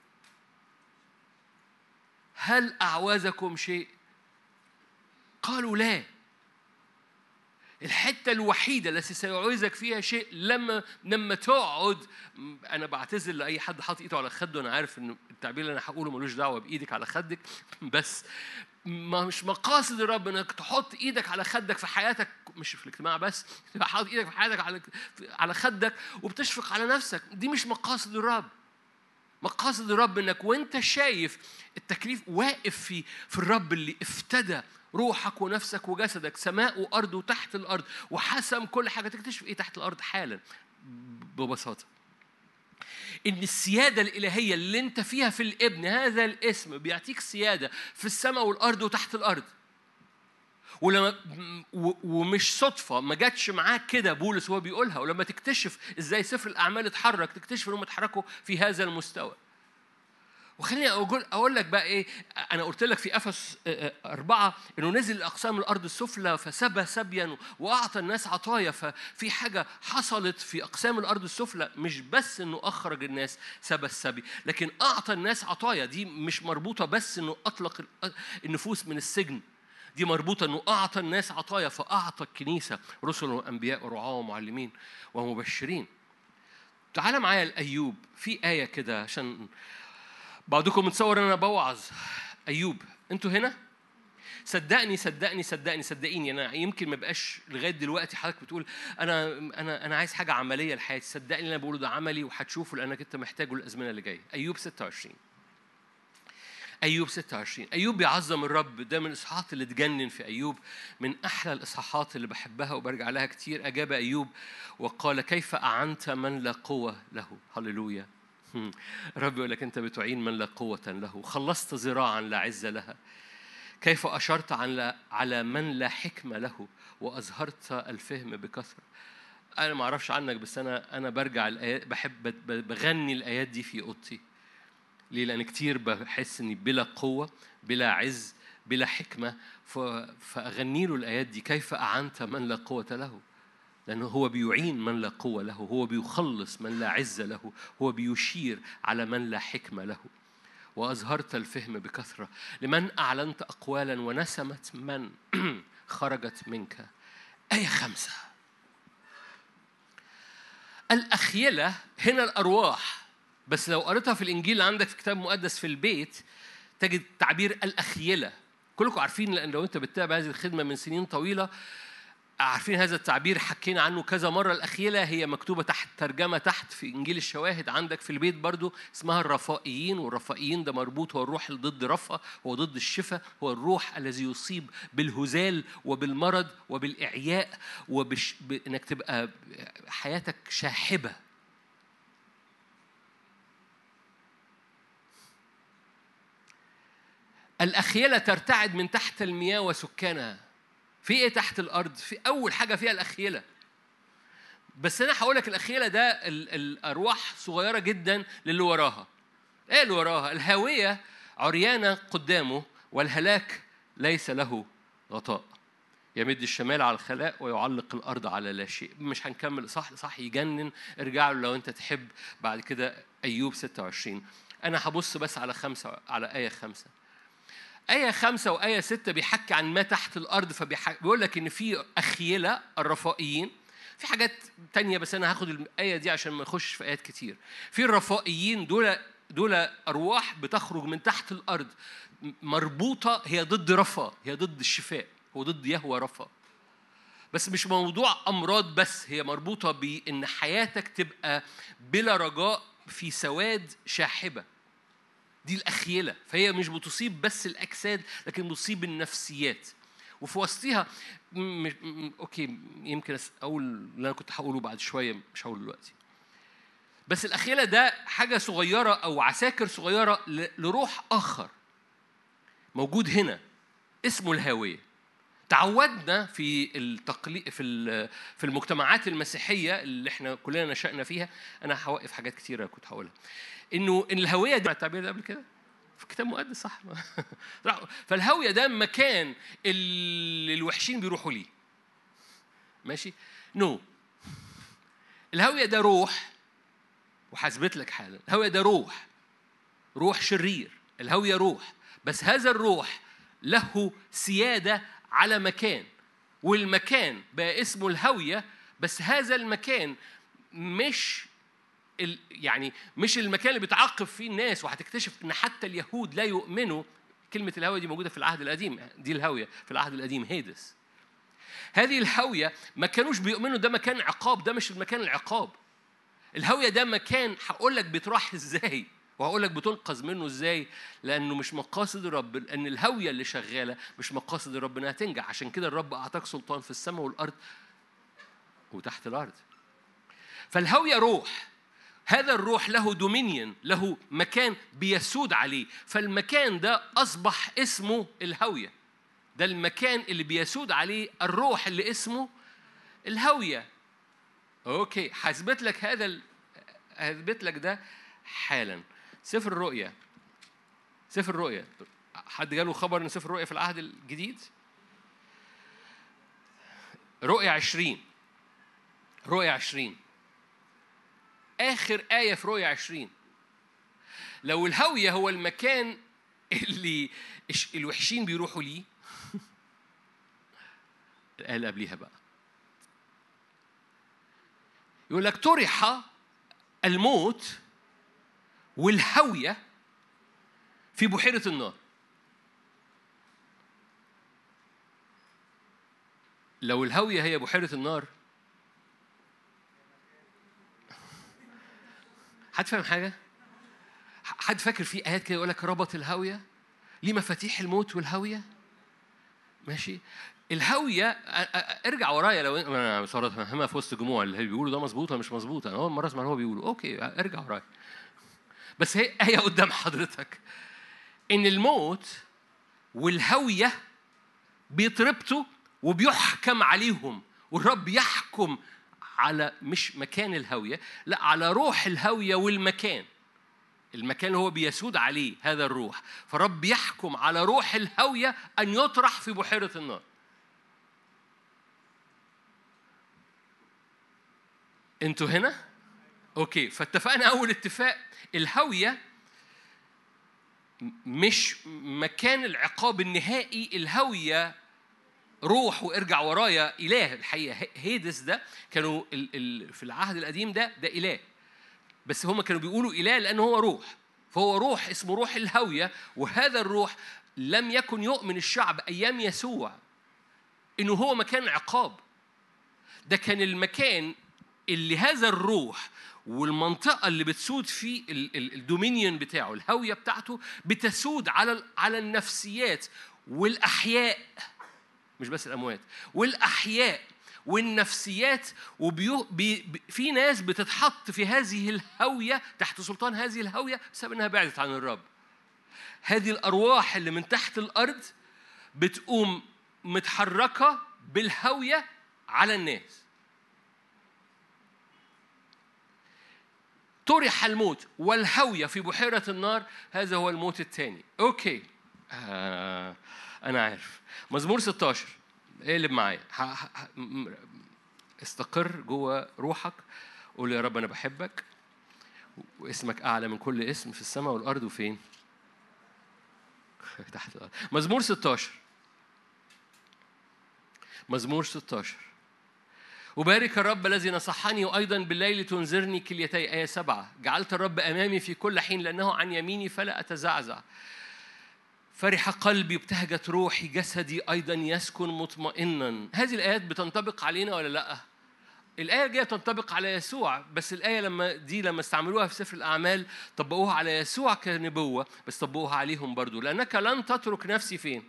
هل أعوزكم شيء؟ قالوا لا. الحتة الوحيدة التي سيعوزك فيها شيء لما لما تقعد. أنا بعتذر لأي حد حاطط إيده على خده، أنا عارف إن التعبير اللي أنا هقوله ملوش دعوة بإيدك على خدك، بس ما مش مقاصد الرب إنك تحط إيدك على خدك في حياتك، مش في الاجتماع بس، حاطط إيدك في حياتك على على خدك وبتشفق على نفسك. دي مش مقاصد الرب. مقاصد الرب إنك وأنت شايف التكليف واقف في في الرب اللي افتدى روحك ونفسك وجسدك، سماء وأرض وتحت الأرض، وحسم كل حاجة. تكتشف إيه تحت الأرض حالا ببساطة؟ إن السيادة الإلهية اللي أنت فيها في الابن، هذا الاسم بيعطيك سيادة في السماء والأرض وتحت الأرض. ولما ومش صدفة ما جاتش معاك كده بولس هو بيقولها، ولما تكتشف إزاي سفر الأعمال اتحرك تكتشف إنهم اتحركوا في هذا المستوى. وخليني أقول أقول لك بقى إيه. أنا قلت لك في أفس أربعة إنه نزل أقسام الأرض السفلى فسبى سبيا وأعطى الناس عطايا. ففي حاجة حصلت في أقسام الأرض السفلى، مش بس إنه أخرج الناس سبى السبي، لكن أعطى الناس عطايا. دي مش مربوطة بس إنه أطلق النفوس من السجن، دي مربوطة إنه أعطى الناس عطايا. فأعطى الكنيسة رسل وأنبياء ورعاة ومعلمين ومبشرين. تعال معايا لأيوب في آية كده، عشان بعضكم متصور أنا بوعظ. أيوب، أنتوا هنا؟ صدقني صدقني صدقني صدقيني أنا يمكن ما بقاش لغاية دلوقتي حضرتك بتقول أنا أنا أنا عايز حاجة عملية لحياتي. صدقني أنا بقوله ده عملي وهتشوفه لأنك أنت محتاجه الأزمنة اللي جاية. أيوب ستة وعشرين. أيوب ستة وعشرين. أيوب بيعظم الرب. ده من الإصحاحات اللي تجنن في أيوب، من أحلى الإصحاحات اللي بحبها وبرجع لها كتير. أجاب أيوب وقال كيف أعنت من لا قوة له. هللويا. رب يقول لك أنت بتعين من لا قوة له. خلصت ذراعا لا عز لها. كيف أشرت على من لا حكمة له وأظهرت الفهم بكثرة. أنا ما أعرفش عنك بس أنا أنا برجع الآيات، بحب بغني الآيات دي في أوضتي. ليه؟ لأن كتير بحس إني بلا قوة بلا عز بلا حكمة، فأغني له الآيات دي. كيف أعنت من لا قوة له، لأنه هو بيعين من لا قوة له، هو بيخلص من لا عز له، هو بيشير على من لا حكمة له. وأظهرت الفهم بكثرة. لمن أعلنت أقوالا ونسمت من خرجت منك. آية خمسة. الأخيلة هنا الأرواح، بس لو قريتها في الإنجيل عندك في كتاب مقدس في البيت تجد تعبير الأخيلة. كلكم عارفين، لأن لو أنت بتتابع هذه الخدمة من سنين طويلة عارفين هذا التعبير، حكينا عنه كذا مرة. الأخيلة هي مكتوبة تحت ترجمة تحت في إنجيل الشواهد عندك في البيت برضو، اسمها الرفائيين. والرفائيين ده مربوط، هو الروح اللي ضد رفا، هو ضد الشفاء، هو الروح الذي يصيب بالهزال وبالمرض وبالإعياء وبإنك تبقى حياتك شاحبة. الأخيلة ترتعد من تحت المياه وسكانها. في إيه تحت الأرض؟ في أول حاجة فيها الأخيلة. بس أنا هقولك الأخيلة ده الأرواح صغيرة جدا للي وراها. إيه اللي وراها؟ الهاوية عريانة قدامه والهلاك ليس له غطاء. يمد الشمال على الخلاء ويعلق الأرض على لا شيء. مش هنكمل صح صح يجنن، ارجعوا لو أنت تحب بعد كده أيوب ستة وعشرين. أنا هبص بس على خمسة، على آية خمسة. آية خمسة وآية ستة بيحكي عن ما تحت الأرض، فبيقول لك إن في أخيلة الرفائيين. في حاجات تانية بس أنا هاخد الآية دي عشان ما نخش في آيات كتير. في الرفائيين دول دول أرواح بتخرج من تحت الأرض مربوطة، هي ضد رفا، هي ضد الشفاء، هو ضد يهوى رفا. بس مش موضوع أمراض بس، هي مربوطة بإن حياتك تبقى بلا رجاء في سواد شاحبة. دي الأخيلة، فهي مش بتصيب بس الأجساد لكن بتصيب النفسيات. وفي وسطها م... م... أوكي يمكن أقول اللي أنا كنت هقوله بعد شوية، مش هقوله دلوقتي. بس الأخيلة ده حاجة صغيرة أو عساكر صغيرة ل... لروح آخر موجود هنا اسمه الهاوية. تعودنا في التقلي... في في المجتمعات المسيحية اللي احنا كلنا نشأنا فيها، أنا هوقف حاجات كتيرة كنت هقولها، إنه إن الهوية دي، التعبير ده قبل كده في كتاب مقدس صح؟ فالهوية ده مكان اللي الوحشين بيروحوا ليه. ماشي؟ نو. الهوية ده روح، وحاسبت لك حالا، الهوية ده روح، روح شرير. الهوية روح، بس هذا الروح له سيادة على مكان، والمكان بقى اسمه الهوية. بس هذا المكان مش ال... يعني مش المكان اللي بيتعاقب فيه الناس. وهتكتشف ان حتى اليهود لا يؤمنوا. كلمة الهوية دي موجودة في العهد القديم، دي الهوية في العهد القديم هيدس. هذه الهوية ما كانوش بيؤمنوا ده مكان عقاب، ده مش المكان العقاب. الهوية ده مكان هقول لك بتروح ازاي، وهقول لك بتنقذ منه ازاي، لانه مش مقاصد الرب ان الهوية اللي شغالة مش مقاصد الرب انها تنجح. عشان كده الرب اعطاك سلطان في السماء والارض وتحت الارض. فالهوية روح، هذا الروح له دومينيون، له مكان بيسود عليه. فالمكان ده أصبح اسمه الهوية. ده المكان اللي بيسود عليه الروح اللي اسمه الهوية. أوكي، هثبت لك هذا ال... هثبت لك ده حالا. سفر الرؤيا، سفر الرؤيا، حد جاله خبر إن سفر الرؤيا في العهد الجديد؟ رؤيا عشرين، رؤيا عشرين آخر آية في رؤيا عشرين. لو الهوية هو المكان اللي الوحشين بيروحوا ليه، قال قبليها بقى يقول لك طرح الموت والهوية في بحيرة النار. لو الهوية هي بحيرة النار، حد فاهم حاجة؟ حد فاكر في آيات كده يقول لك ربط الهوية ليه مفاتيح الموت والهوية؟ ماشي؟ الهوية ارجع ورايا لو انا صارت فاهمها في وسط الجموع اللي بيقولوا ده مظبوط ولا مش مظبوط. انا اول مرة اسمع هو بيقولوا اوكي ارجع ورايا. بس هي آية قدام حضرتك ان الموت والهوية بيتربطوا وبيحكم عليهم، والرب يحكم على مش مكان الهوية، لا على روح الهوية والمكان، المكان اللي هو بيسود عليه هذا الروح. فرب يحكم على روح الهوية أن يطرح في بحيرة النار. انتوا هنا؟ اوكي، فاتفقنا اول اتفاق، الهوية مش مكان العقاب النهائي. الهوية روح، وارجع ورايا إله. الحقيقة هيدس ده كانوا في العهد القديم ده ده إله، بس هم كانوا بيقولوا إله لأنه هو روح. فهو روح اسمه روح الهوية. وهذا الروح لم يكن يؤمن الشعب أيام يسوع إنه هو مكان عقاب. ده كان المكان اللي هذا الروح والمنطقة اللي بتسود فيه الدومينيون بتاعه، الهوية بتاعته بتسود على على النفسيات والأحياء، مش بس الأموات، والأحياء والنفسيات. وبيو بي بي في ناس بتتحط في هذه الهوية تحت سلطان هذه الهوية بسبب أنها بعدت عن الرب. هذه الأرواح اللي من تحت الأرض بتقوم متحركة بالهوية على الناس. طرح الموت والهوية في بحيرة النار، هذا هو الموت الثاني. أوكي آه أنا عارف. مزمور ستاشر، اقلب معايا، استقر جوه روحك، قول يا رب أنا بحبك واسمك أعلى من كل اسم في السماء والأرض وفين تحت الأرض. مزمور ستاشر. مزمور ستاشر. وبارك الرب الذي نصحني وأيضا بالليل تنذرني كليتي. آية سبعة. جعلت الرب أمامي في كل حين لأنه عن يميني فلا أتزعزع. فرح قلبي ابتهجت روحي جسدي أيضا يسكن مطمئنا. هذه الآيات بتنطبق علينا ولا لأ؟ الآية جاية تنطبق على يسوع، بس الآية لما دي لما استعملوها في سفر الأعمال طبقوها على يسوع كنبوة، بس طبقوها عليهم برضو. لأنك لن تترك نفسي فين؟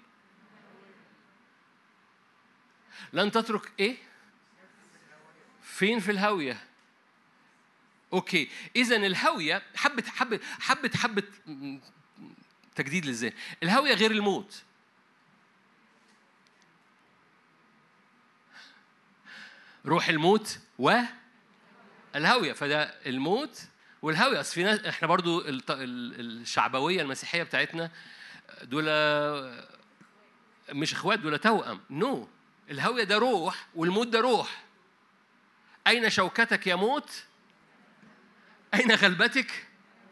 لن تترك إيه؟ فين؟ في الهاوية. أوكي، إذن الهاوية حبت حبت حبت حبت تجديد للذهن. الهاوية غير الموت. روح الموت والهاوية، فده الموت والهاوية. أصل في ناس إحنا برضو الشعبوية المسيحية بتاعتنا دول مش إخوات، دول توأم. نو، الهاوية ده روح والموت ده روح. أين شوكتك يا موت؟ أين غلبتك؟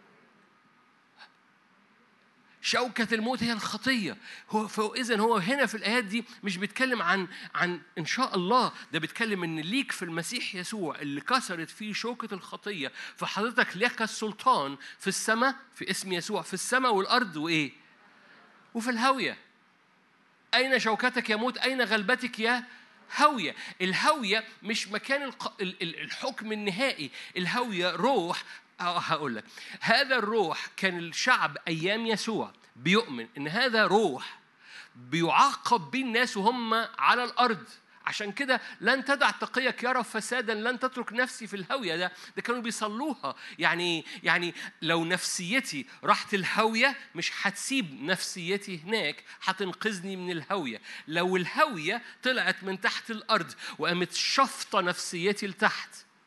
شوكة الموت هي الخطية. هو فإذن هو هنا في الآيات دي مش بيتكلم عن عن إن شاء الله، ده بيتكلم إن ليك في المسيح يسوع اللي كسرت فيه شوكة الخطية، فحضرتك لك السلطان في السماء في اسم يسوع، في السماء والأرض وإيه؟ وفي الهاوية. أين شوكتك يا موت؟ أين غلبتك يا هاوية؟ الهاوية مش مكان الق... الحكم النهائي. الهاوية روح. هقول لك، هذا الروح كان الشعب أيام يسوع بيؤمن إن هذا روح بيعاقب بيه الناس وهم على الأرض. عشان كده لن تدع تقيك يرى فسادا، لن تترك نفسي في الهاوية. ده ده كانوا بيصلوها. يعني يعني لو نفسيتي راحت الهاوية مش هتسيب نفسيتي هناك، هتنقذني من الهاوية. لو الهاوية طلعت من تحت الأرض وقامت شفطة نفسيتي لتحت،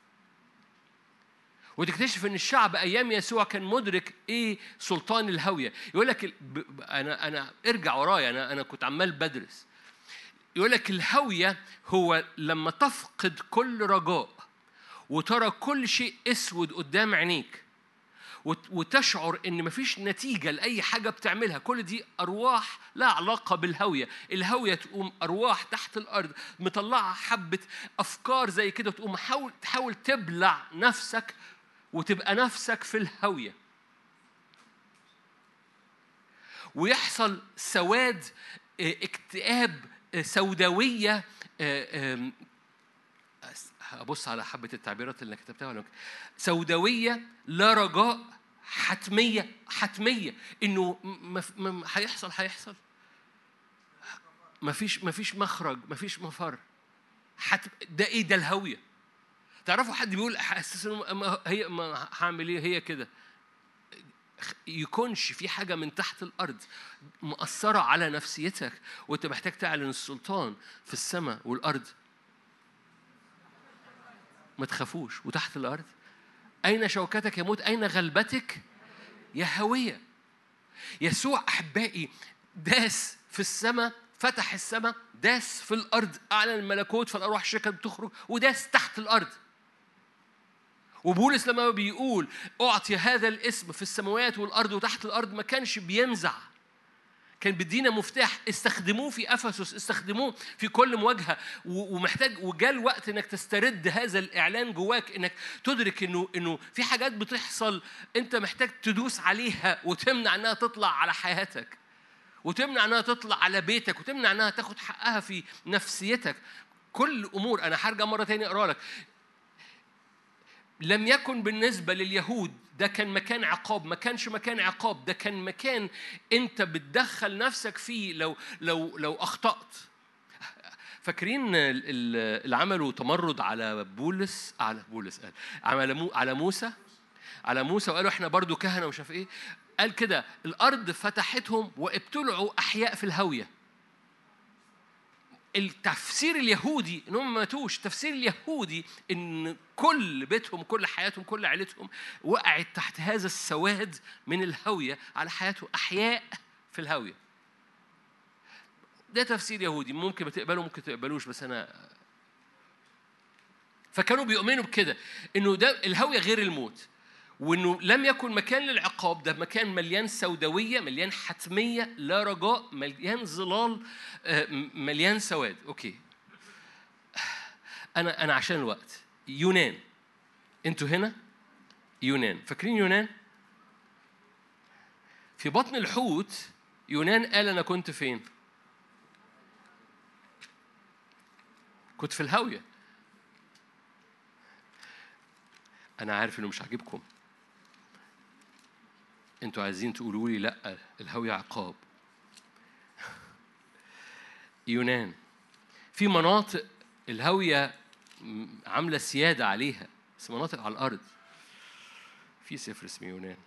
وتكتشف ان الشعب ايام يسوع كان مدرك ايه سلطان الهاويه. يقول لك انا انا ارجع ورايا، انا انا كنت عمال بدرس. يقول لك الهاويه هو لما تفقد كل رجاء وترى كل شيء اسود قدام عينيك وتشعر ان مفيش نتيجه لاي حاجه بتعملها. كل دي ارواح لا علاقه بالهاويه. الهاويه تقوم ارواح تحت الارض مطلعه حبه افكار زي كده، تقوم حاول تحاول تبلع نفسك وتبقى نفسك في الهاوية، ويحصل سواد، اكتئاب، سوداوية. أبص على حبة التعبيرات اللي كتبتها ولا سوداوية، لا رجاء، حتمية حتمية إنه ما هيحصل هيحصل ما فيش ما فيش مخرج، ما فيش مفر. حتم... ده إيه؟ ده الهاوية. تعرفوا حد بيقول حاسس انه هي ما هعمل ايه هي كده؟ يكونش في حاجه من تحت الارض مؤثره على نفسيتك وانت محتاج تعلن السلطان في السماء والارض. ما تخافوش. وتحت الارض اين شوكتك يا موت؟ اين غلبتك يا هاويه؟ يسوع احبائي داس في السماء، فتح السماء، داس في الارض، اعلن الملكوت، فالارواح الشركه بتخرج، وداس تحت الارض. وبولس لما بيقول أعطي هذا الاسم في السماوات والأرض وتحت الأرض، ما كانش بينزع، كان بدينا مفتاح. استخدموه في أفسس، استخدموه في كل مواجهة. ومحتاج وجاء الوقت إنك تسترد هذا الإعلان جواك، إنك تدرك إنه إنه في حاجات بتحصل أنت محتاج تدوس عليها وتمنع إنها تطلع على حياتك، وتمنع إنها تطلع على بيتك، وتمنع إنها تاخد حقها في نفسيتك. كل أمور. أنا هرجع مرة تانية أقرأ لك. لم يكن بالنسبة لليهود ده كان مكان عقاب، ما كانش مكان عقاب، ده كان مكان أنت بتدخل نفسك فيه لو لو لو أخطأت. فاكرين اللي عملوا تمرد على بولس على بولس قال على على موسى على موسى وقالوا إحنا برضو كهنة وشاف إيه. قال كده الأرض فتحتهم وابتلعوا أحياء في الهاوية. التفسير اليهودي إنهم ما ماتوش، التفسير اليهودي إن كل بيتهم كل حياتهم كل عائلتهم وقعت تحت هذا السواد من الهاوية على حياته، أحياء في الهاوية. ده تفسير يهودي، ممكن بتقبلوا ممكن تقبلوش، بس أنا فكانوا بيؤمنوا بكده إنه ده الهاوية غير الموت. وإنه لم يكن مكان للعقاب، ده مكان مليان سوداوية، مليان حتمية، لا رجاء، مليان ظلال، مليان سواد. أوكي، أنا أنا عشان الوقت. يونان، أنتوا هنا يونان، فاكرين يونان؟ في بطن الحوت يونان قال أنا كنت فين؟ كنت في الهاوية. أنا عارف إنه مش عاجبكم، أنتوا عايزين تقولوا لي لأ الهاوية عقاب. يونان في مناطق الهاوية عاملة سيادة عليها، بس مناطق على الأرض. في سفر اسمه يونان.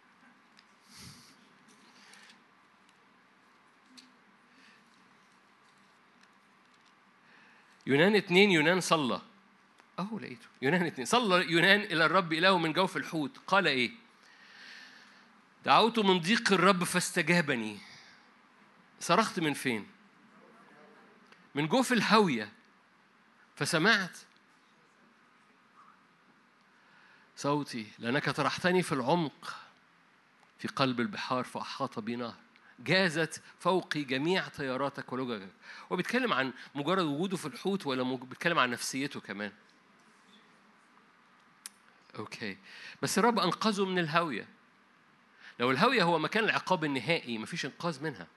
يونان اتنين، يونان صلى. أهو لقيته يونان اتنين. صلى يونان إلى الرب إلهه من جوف الحوت، قال إيه؟ دعوت من ضيق الرب فاستجابني. صرخت من فين؟ من جوف الهاوية فسمعت صوتي، لأنك طرحتني في العمق في قلب البحار فأحاط بي نهر، جازت فوقي جميع طياراتك ولججك. هو بيتكلم عن مجرد وجوده في الحوت ولا بيتكلم عن نفسيته كمان؟ أوكي، بس الرب أنقذه من الهاوية. لو الهاوية هو مكان العقاب النهائي مفيش إنقاذ منها،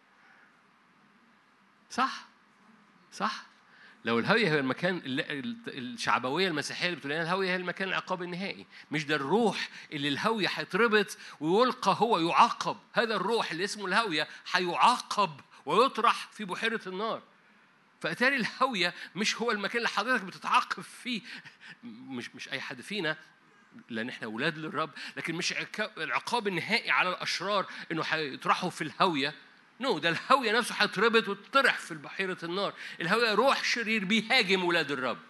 صح؟ صح؟ لو الهاوية هي المكان، الشعبوية المسيحية اللي بتقول لنا الهاوية هي المكان العقاب النهائي، مش ده الروح اللي الهاوية هيتربط ويلقى هو يعاقب. هذا الروح اللي اسمه الهاوية هيعاقب ويطرح في بحيرة النار. فأتاري الهاوية مش هو المكان اللي حضرتك بتتعاقب فيه. مش مش أي حد فينا، لأن إحنا أولاد للرب، لكن مش العقاب النهائي على الأشرار إنه هيطرحوا في الهاوية. نو no, ده الهاوية نفسه هيتربط وتطرح في بحيرة النار. الهاوية روح شرير بيهاجم ولاد الرب،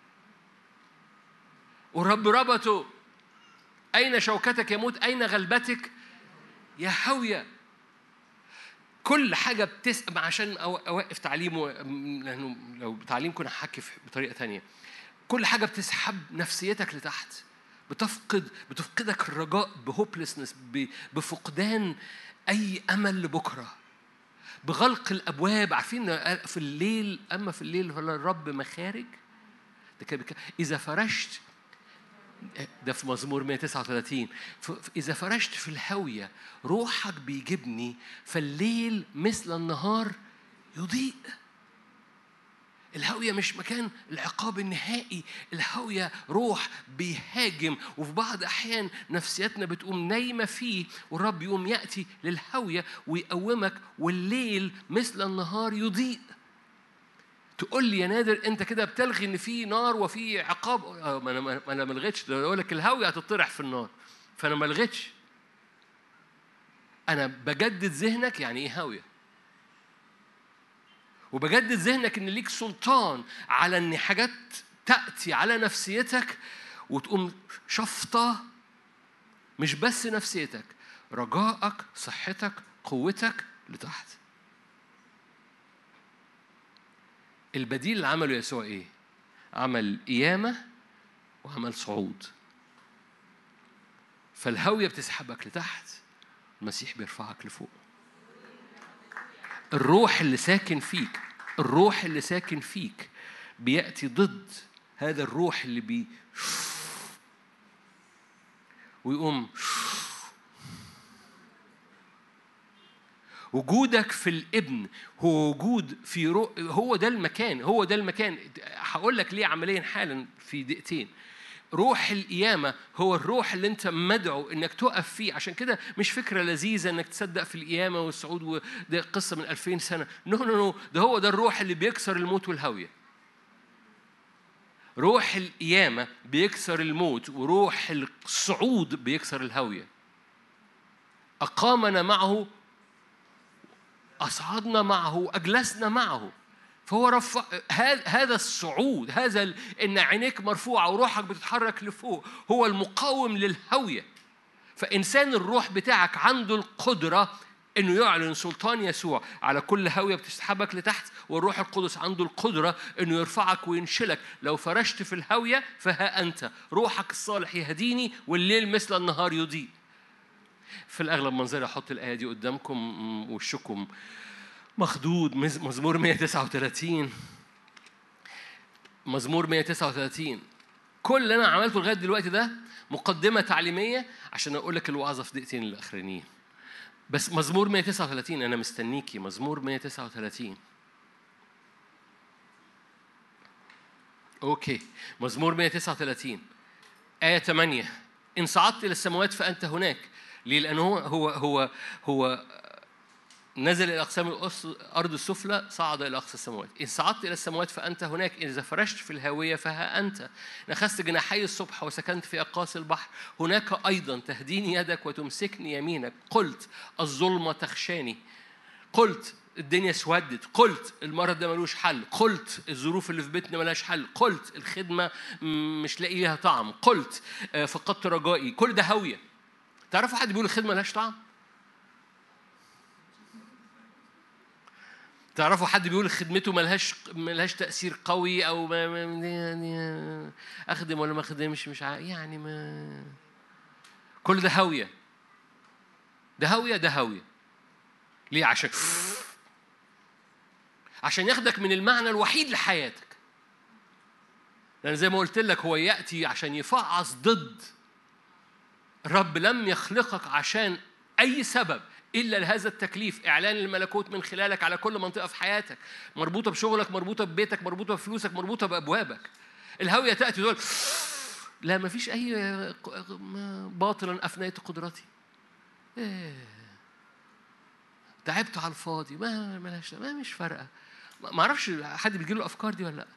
والرب ربطه. أين شوكتك يموت، أين غلبتك يا هاوية. كل حاجة بتسأم، عشان أوقف تعليمه لأنه لو تعليم كنا هحكي بطريقة تانية. كل حاجة بتسحب نفسيتك لتحت، بتفقد بتفقدك الرجاء، بهوبلسنس، بفقدان أي أمل لبكرة، بغلق الأبواب. عارفين في الليل، أما في الليل فالرب مخارج. ده كده إذا فرشت، ده في مزمور مئة وتسعة وثلاثين، إذا فرشت في الهاوية روحك بيجبني، فالليل مثل النهار يضيء. الهاوية مش مكان العقاب النهائي، الهاوية روح بيهاجم. وفي بعض أحيان نفسيتنا بتقوم نايمة فيه، والرب يقوم يأتي للهاوية ويقومك، والليل مثل النهار يضيء. تقول لي يا نادر أنت كده بتلغي إن في نار وفي عقاب. ما أنا ما أنا ما لغيتش، أقول لك الهاوية هتطرح في النار، فأنا ما لغيتش. أنا بجدد ذهنك يعني إيه هاوية، وبجدد ذهنك إن ليك سلطان على إن حاجات تأتي على نفسيتك وتقوم شفطة، مش بس نفسيتك، رجائك، صحتك، قوتك لتحت. البديل اللي عمله يسوع إيه؟ عمل قيامة وعمل صعود. فالهاوية بتسحبك لتحت، المسيح بيرفعك لفوق. الروح اللي ساكن فيك، الروح اللي ساكن فيك بيأتي ضد هذا الروح اللي بي ويقوم. وجودك في الابن هو وجود في رو... هو ده المكان، هو ده المكان. هقول لك ليه عمليا حالا في دقيقتين. روح القيامة هو الروح اللي انت مدعو انك تقف فيه. عشان كده مش فكرة لذيذة انك تصدق في القيامة والصعود وده قصة من ألفين سنة. نو نو نو ده هو ده الروح اللي بيكسر الموت والهوية. روح القيامة بيكسر الموت، وروح الصعود بيكسر الهوية. أقامنا معه، أصعدنا معه، أجلسنا معه. فهو رفع هذا الصعود، هذا إن عينيك مرفوعة وروحك بتتحرك لفوق، هو المقاوم للهوية. فإنسان الروح بتاعك عنده القدرة إنه يعلن سلطان يسوع على كل هاوية بتسحبك لتحت، والروح القدس عنده القدرة إنه يرفعك وينشلك. لو فرشت في الهاوية فها أنت، روحك الصالح يهديني والليل مثل النهار يضيء. في الأغلب منظري أحط الآية دي قدامكم وشكم مخدود. مزمور مئة وتسعة وثلاثين، مزمور مئة وتسعة وثلاثين. كل اللي أنا عملته لغاية دلوقتي ده مقدمة تعليمية عشان أقول لك الوعظة في دقيقتين الأخرانيين. بس مزمور مئة وتسعة وثلاثين أنا مستنيكي. مزمور مئة وتسعة وثلاثين. أوكي، مزمور مئة وتسعة وثلاثين آية ثمانية. إن صعدت إلى السماوات فأنت هناك. ليه؟ لأنه هو هو هو هو نزل إلى أقسام الأرض السفلى، صعد إلى أقصى السماوات. إن صعدت إلى السماوات فأنت هناك، إذا فرشت في الهاوية فها أنت. نخست جناحي الصبح وسكنت في أقاصي البحر، هناك أيضا تهديني يدك وتمسكني يمينك. قلت الظلمة تخشاني، قلت الدنيا سودت، قلت المرض ده ملوش حل، قلت الظروف اللي في بيتنا ملهاش حل، قلت الخدمة مش لاقي لها طعم، قلت فقدت رجائي. كل ده هاوية. تعرفوا حد بيقول الخدمة ملهاش طعم؟ تعرفوا حد بيقول خدمته ملهاش ملهاش تأثير قوي، أو ما يعني أخدم ولا ما أخدمش مش عارف يعني ما. كل ده هاوية. ده هاوية ده هاوية. ليه؟ عشان عشان ياخدك من المعنى الوحيد لحياتك. لأن زي ما قلت لك هو يأتي عشان يفعص ضد. الرب لم يخلقك عشان أي سبب إلا لهذا التكليف، إعلان الملكوت من خلالك على كل منطقة في حياتك، مربوطة بشغلك، مربوطة ببيتك، مربوطة بفلوسك، مربوطة بأبوابك. الهوية تأتي تقول لا ما فيش أي باطلا أفنيت قدرتي، إيه تعبت على الفاضي، ما ملاش ما مش فارقة. ما أعرفش حد بيجيله الأفكار دي ولا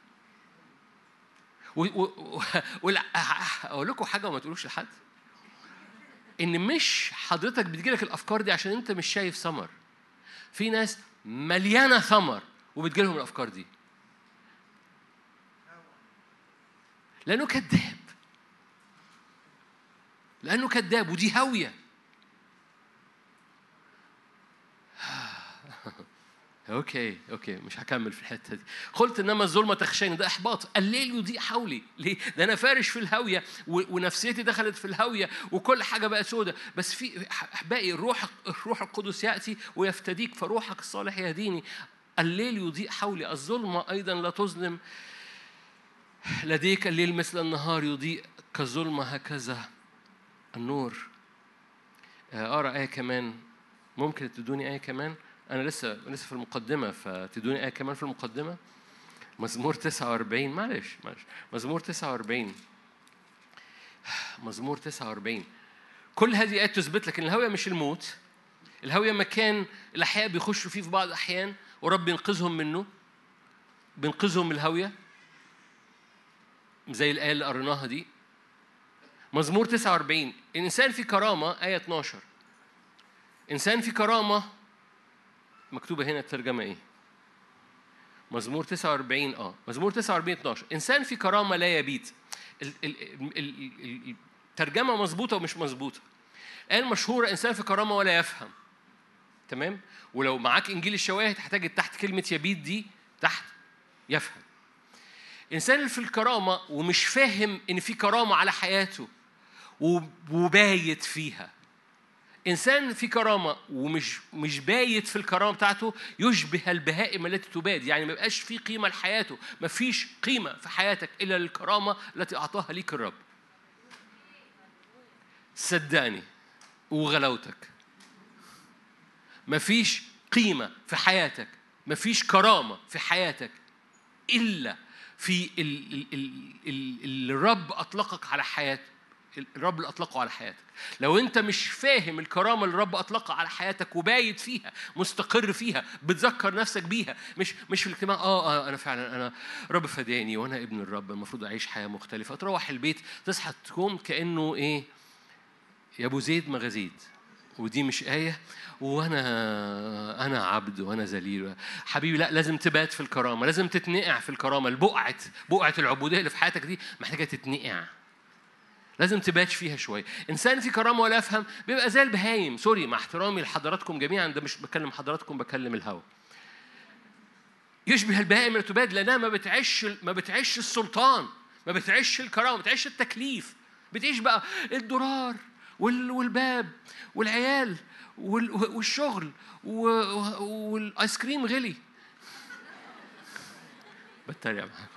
لا. أقول لكم حاجة وما تقولوش لحد، إن مش حضرتك بتجيلك الأفكار دي عشان أنت مش شايف ثمر. في ناس مليانة ثمر وبتجيلهم الأفكار دي لأنه كذاب، لأنه كذاب ودي هاوية. أوكي أوكي مش هكمل في الحتة دي. قلت إنما الظلمة تخشاني، ده إحباط. الليل يضيء حولي. ليه؟ ده أنا فارش في الهاوية ونفسيتي دخلت في الهاوية وكل حاجة بقى سودة. بس في باقي الروح الروح القدس يأتي ويفتديك، فروحك الصالح يهديني. الليل يضيء حولي، الظلمة أيضا لا تظلم لديك. الليل مثل النهار يضيء كظلمة، هكذا النور. أقرأ آية كمان، ممكن تدوني آية كمان؟ أنا لسه لسه في المقدمة، فتدوني آية كمان في المقدمة. مزمور تسعة وأربعين. معلش معلش مزمور تسعة وأربعين. مزمور تسعة وأربعين. كل هذه آيات تثبت لك إن الهوية مش الموت. الهوية مكان الأحياء بيخشوا فيه في بعض الأحيان ورب ينقذهم منه، بينقذهم من الهوية زي الآية اللي قريناها دي. مزمور تسعة وأربعين. الإنسان في كرامة، آية اتناشر. إنسان في كرامة مكتوبة هنا الترجمة إيه؟ مزمور تسعة وأربعين آه مزمور تسعة وأربعين اتناشر. إنسان في كرامة لا يبيت. الترجمة مظبوطة ومش مظبوطة. الآية المشهورة إنسان في كرامة ولا يفهم. تمام؟ ولو معاك إنجيل الشواهد هتجد تحت كلمة يبيت دي تحت يفهم. إنسان اللي في الكرامة ومش فاهم إن في كرامة على حياته وبايت فيها. إنسان في كرامة ومش مش بايت في الكرامة بتاعته يشبه البهائم التي تباد. يعني ما بقاش في قيمة لحياته، ما فيش قيمة في حياتك إلا الكرامة التي أعطاها ليك الرب. صدقني وغلاوتك، ما فيش قيمة في حياتك، ما فيش كرامة في حياتك إلا في اللي الرب أطلقك على حياتك. الرب اللي أطلقه على حياتك. لو أنت مش فاهم الكرامة اللي الرب أطلقها على حياتك وبايت فيها، مستقر فيها، بتذكر نفسك بيها، مش مش في الاجتماع آه آه أنا فعلا أنا رب فداني وأنا ابن الرب، المفروض أعيش حياة مختلفة. تروح البيت تصحى تقوم كأنه إيه يا أبو زيد مغازيد، ودي مش آية، وأنا أنا عبد وأنا ذليل. حبيبي لا، لازم تبات في الكرامة، لازم تتنقع في الكرامة. البقعة بقعة العبودية اللي في حياتك دي محتاجة تتنقع. لازم تبات فيها شوية. إنسان في كرامة ولا يفهم بيبقى زي البهايم. سوري مع احترامي لحضراتكم جميعا، ده مش بكلم حضراتكم، بكلم الهوى. يشبه البهائم اللي تباد لأنها ما بتعيش ما بتعيش السلطان، ما بتعيش الكرامة، ما بتعيش التكليف. بتعيش بقى الدولار والباب والعيال والشغل والآيس كريم غلي. بتريق معاكم.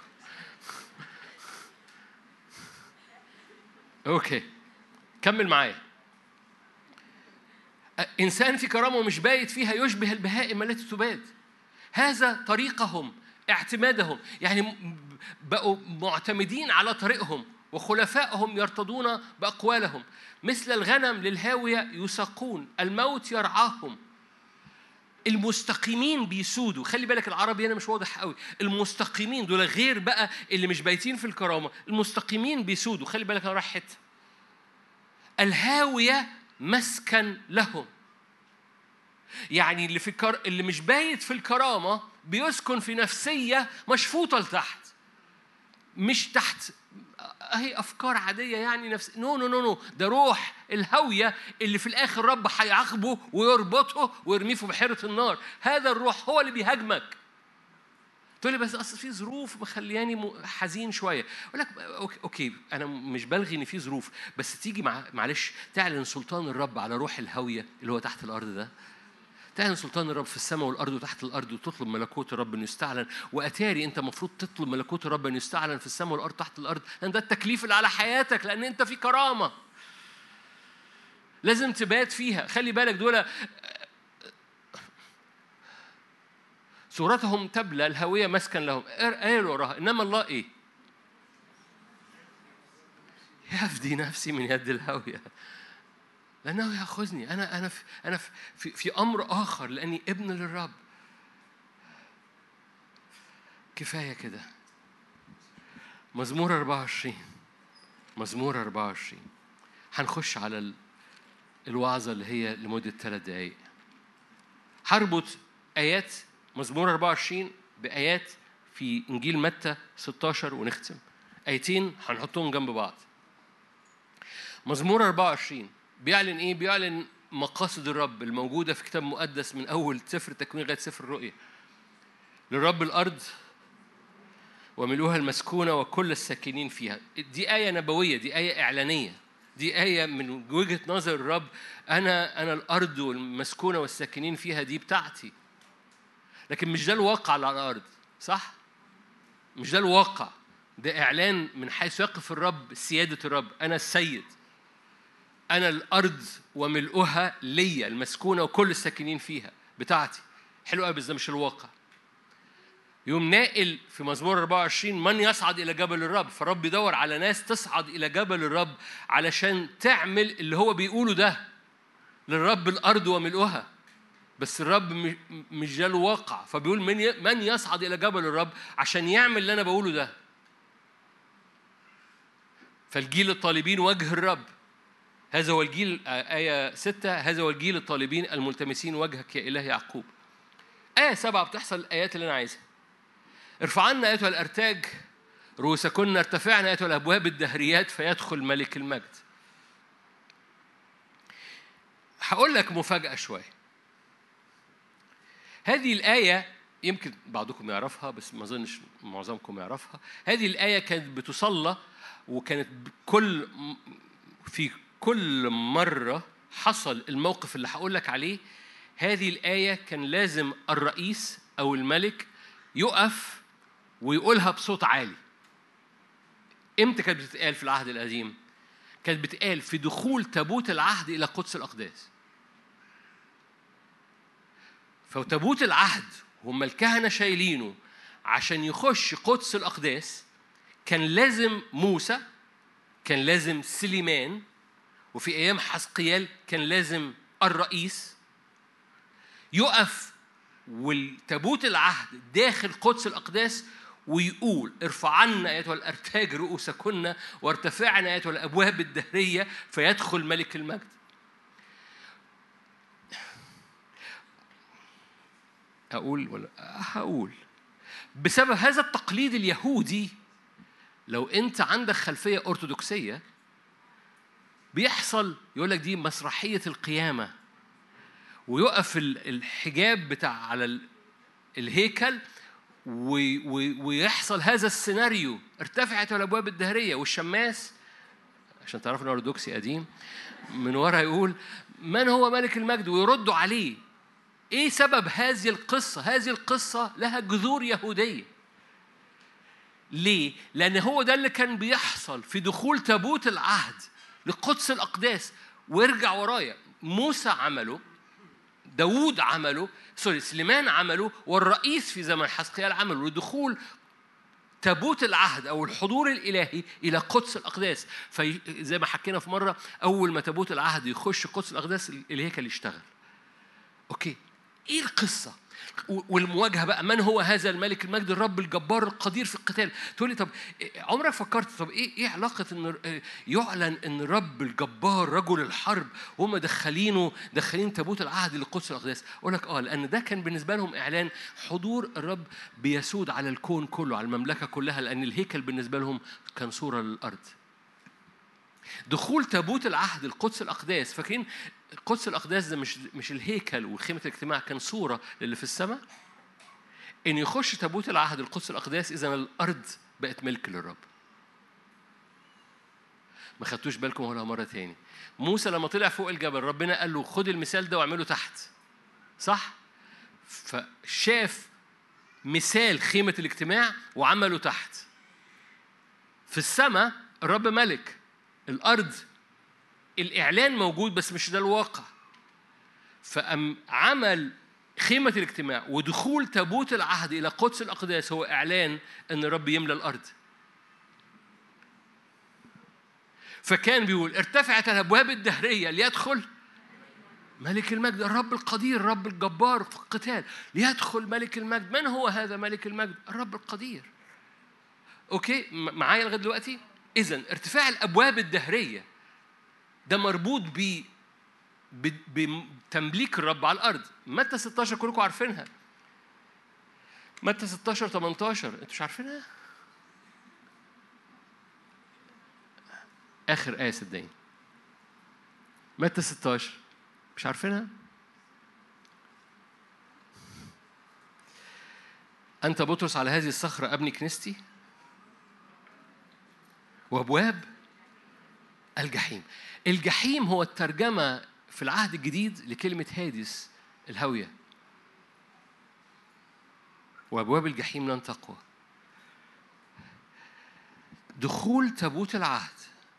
أوكي كمل معايا. إنسان في كرامة ومش بايت فيها يشبه البهائم التي تباد. هذا طريقهم، اعتمادهم، يعني بقوا معتمدين على طريقهم، وخلفائهم يرتضون بأقوالهم. مثل الغنم للهاوية يساقون، الموت يرعاهم. المستقيمين بيسودوا. خلي بالك العربي هنا مش واضح قوي. المستقيمين دول غير بقى اللي مش بايتين في الكرامة. المستقيمين بيسودوا. خلي بالك أنا رايح حتة. الهاوية مسكن لهم. يعني اللي في الكر... اللي مش بايت في الكرامة بيسكن في نفسية مشفوطة لتحت، مش تحت اهي افكار عاديه يعني نفس نو نو نو نو ده روح الهويه اللي في الاخر رب هيعاقبه ويربطه ويرميه في بحيره النار. هذا الروح هو اللي بيهاجمك. تقول لي بس اصل في ظروف مخلياني حزين شويه. اقول لك اوكي انا مش بلغي ان في ظروف، بس تيجي مع معلش تعلن سلطان الرب على روح الهويه اللي هو تحت الارض ده. تعلن سلطان الرب في السماء والأرض وتحت الأرض، وتطلب ملكوت الرب أن يستعلن. وأتاري أنت مفروض تطلب ملكوت الرب أن يستعلن في السماء والأرض تحت الأرض، لأن ده التكليف اللي على حياتك، لأن أنت في كرامة لازم تبات فيها. خلي بالك دول صورتهم تبلى، الهوية مسكن لهم. قالوا وراها إنما الله إيه؟ يفدي نفسي من يد الهوية لأنه يأخذني. أنا أنا في أنا في في أمر آخر لأني ابن للرب. كفاية كده. مزمور أربعة وعشرين. مزمور أربعة وعشرين. هنخش على الوعظة اللي هي لمدة ثلاث دقايق. هربط آيات مزمور أربعة وعشرين بآيات في إنجيل متى ستة عشر ونختم. آيتين هنحطهم جنب بعض. مزمور أربعة وعشرين بيعلن إيه؟ بيعلن مقاصد الرب الموجودة في كتاب مقدس من أول سفر التكوين لغاية سفر الرؤيا. للرب الأرض وملؤها المسكونة وكل الساكنين فيها. دي آية نبوية، دي آية إعلانية، دي آية من وجهة نظر الرب. أنا أنا الأرض والمسكونة والساكنين فيها دي بتاعتي. لكن مش ده الواقع على الأرض، صح؟ مش ده الواقع. ده إعلان من حيث يقف الرب، سيادة الرب. أنا السيد، أنا الأرض وملؤها ليا، المسكونة وكل الساكنين فيها بتاعتي. حلو قوي، بس ده مش الواقع. يوم نائل في مزمور أربعة وعشرين من يصعد إلى جبل الرب. فالرب يدور على ناس تصعد إلى جبل الرب علشان تعمل اللي هو بيقوله ده. للرب الأرض وملؤها. بس الرب مش ده الواقع. فبيقول من من يصعد إلى جبل الرب عشان يعمل اللي أنا بقوله ده. فالجيل الطالبين وجه الرب. هذا هو الجيل. آية ستة. هذا هو الجيل الطالبين الملتمسين وجهك يا إله يعقوب. آية سبعة بتحصل الآيات اللي أنا عايزها. ارفعنا أيتها الأرتاج رؤوسكن، ارتفعنا أيتها الأبواب الدهريات فيدخل ملك المجد. هقول لك مفاجأة شوية. هذه الآية يمكن بعضكم يعرفها بس ما أظنش معظمكم يعرفها. هذه الآية كانت بتصلى، وكانت كل في كل مرة حصل الموقف اللي هقول لك عليه. هذه الآية كان لازم الرئيس أو الملك يقف ويقولها بصوت عالي. إمتى كانت بتتقال في العهد القديم؟ كانت بتتقال في دخول تابوت العهد إلى قدس الأقداس. فتابوت العهد هم الكهنة شايلينه عشان يخش قدس الأقداس. كان لازم موسى، كان لازم سليمان، وفي أيام حزقيال كان لازم الرئيس يقف والتابوت العهد داخل قدس الأقداس ويقول ارفعنا أيتها الأرتاج رؤوسكن وارتفعنا أيتها الأبواب الدهرية فيدخل ملك المجد. أقول ولا هقول؟ بسبب هذا التقليد اليهودي، لو أنت عندك خلفية أرثوذكسية بيحصل يقول لك دي مسرحية القيامة، ويقف الحجاب بتاع على الهيكل ويحصل هذا السيناريو، ارتفعت الأبواب الدهرية، والشماس عشان تعرفوا إنه أرثوذكسي قديم من ورا يقول من هو ملك المجد، ويردوا عليه. إيه سبب هذه القصة؟ هذه القصة لها جذور يهودية. ليه؟ لأن هو ده اللي كان بيحصل في دخول تابوت العهد لقدس الأقداس. وارجع ورايا، موسى عمله، داود عمله، سوري سليمان عمله، والرئيس في زمن حزقيال عمله، لدخول تابوت العهد أو الحضور الإلهي إلى قدس الأقداس. فزي ما حكينا في مرة، أول ما تابوت العهد يخش قدس الأقداس الهيكل يشتغل. أوكي، إيه القصة؟ والمواجهة بقى، من هو هذا الملك المجد الرب الجبار القدير في القتال؟ تقول لي طب عمرك فكرت طب إيه إيه علاقة إن يعلن إن الرب الجبار رجل الحرب وهم دخلينه دخلين تابوت العهد لقدس الأقداس؟ أقول لك آه لأن ده كان بالنسبة لهم إعلان حضور الرب بيسود على الكون كله، على المملكة كلها، لأن الهيكل بالنسبة لهم كان صورة للأرض. دخول تابوت العهد القدس الأقداس، فاكرين القدس الأقداس ده مش مش الهيكل وخيمة الاجتماع، كان صورة للي في السماء. إن يخش تابوت العهد القدس الأقداس، إذن الأرض بقت ملك للرب. ما خدتوش بالكم ولا مرة تاني؟ موسى لما طلع فوق الجبل ربنا قال له خد المثال ده واعمله تحت، صح؟ فشاف مثال خيمة الاجتماع وعمله تحت. في السماء الرب ملك، الأرض الإعلان موجود بس مش ده الواقع. فأم عمل خيمة الاجتماع ودخول تابوت العهد إلى قدس الأقداس هو إعلان أن الرب يملى الأرض. فكان بيقول ارتفعت الأبواب الدهرية ليدخل ملك المجد، الرب القدير، الرب الجبار في القتال، ليدخل ملك المجد. من هو هذا ملك المجد؟ الرب القدير. أوكي معايا لغاية دلوقتي؟ إذن ارتفاع الأبواب الدهرية ده مربوط ب بتمليك الرب على الأرض. متى ستة عشر كلكم عارفينها، متى ستة عشر ثمانية عشر، أنتوا مش عارفينها؟ آخر آية صدقني، متى ستة عشر، مش عارفينها؟ أنت بطرس على هذه الصخرة أبني كنيستي وأبواب الجحيم. الجحيم هو الترجمة في العهد الجديد لكلمة هادس، الهاوية. وأبواب الجحيم لن تقوى. دخول تابوت العهد،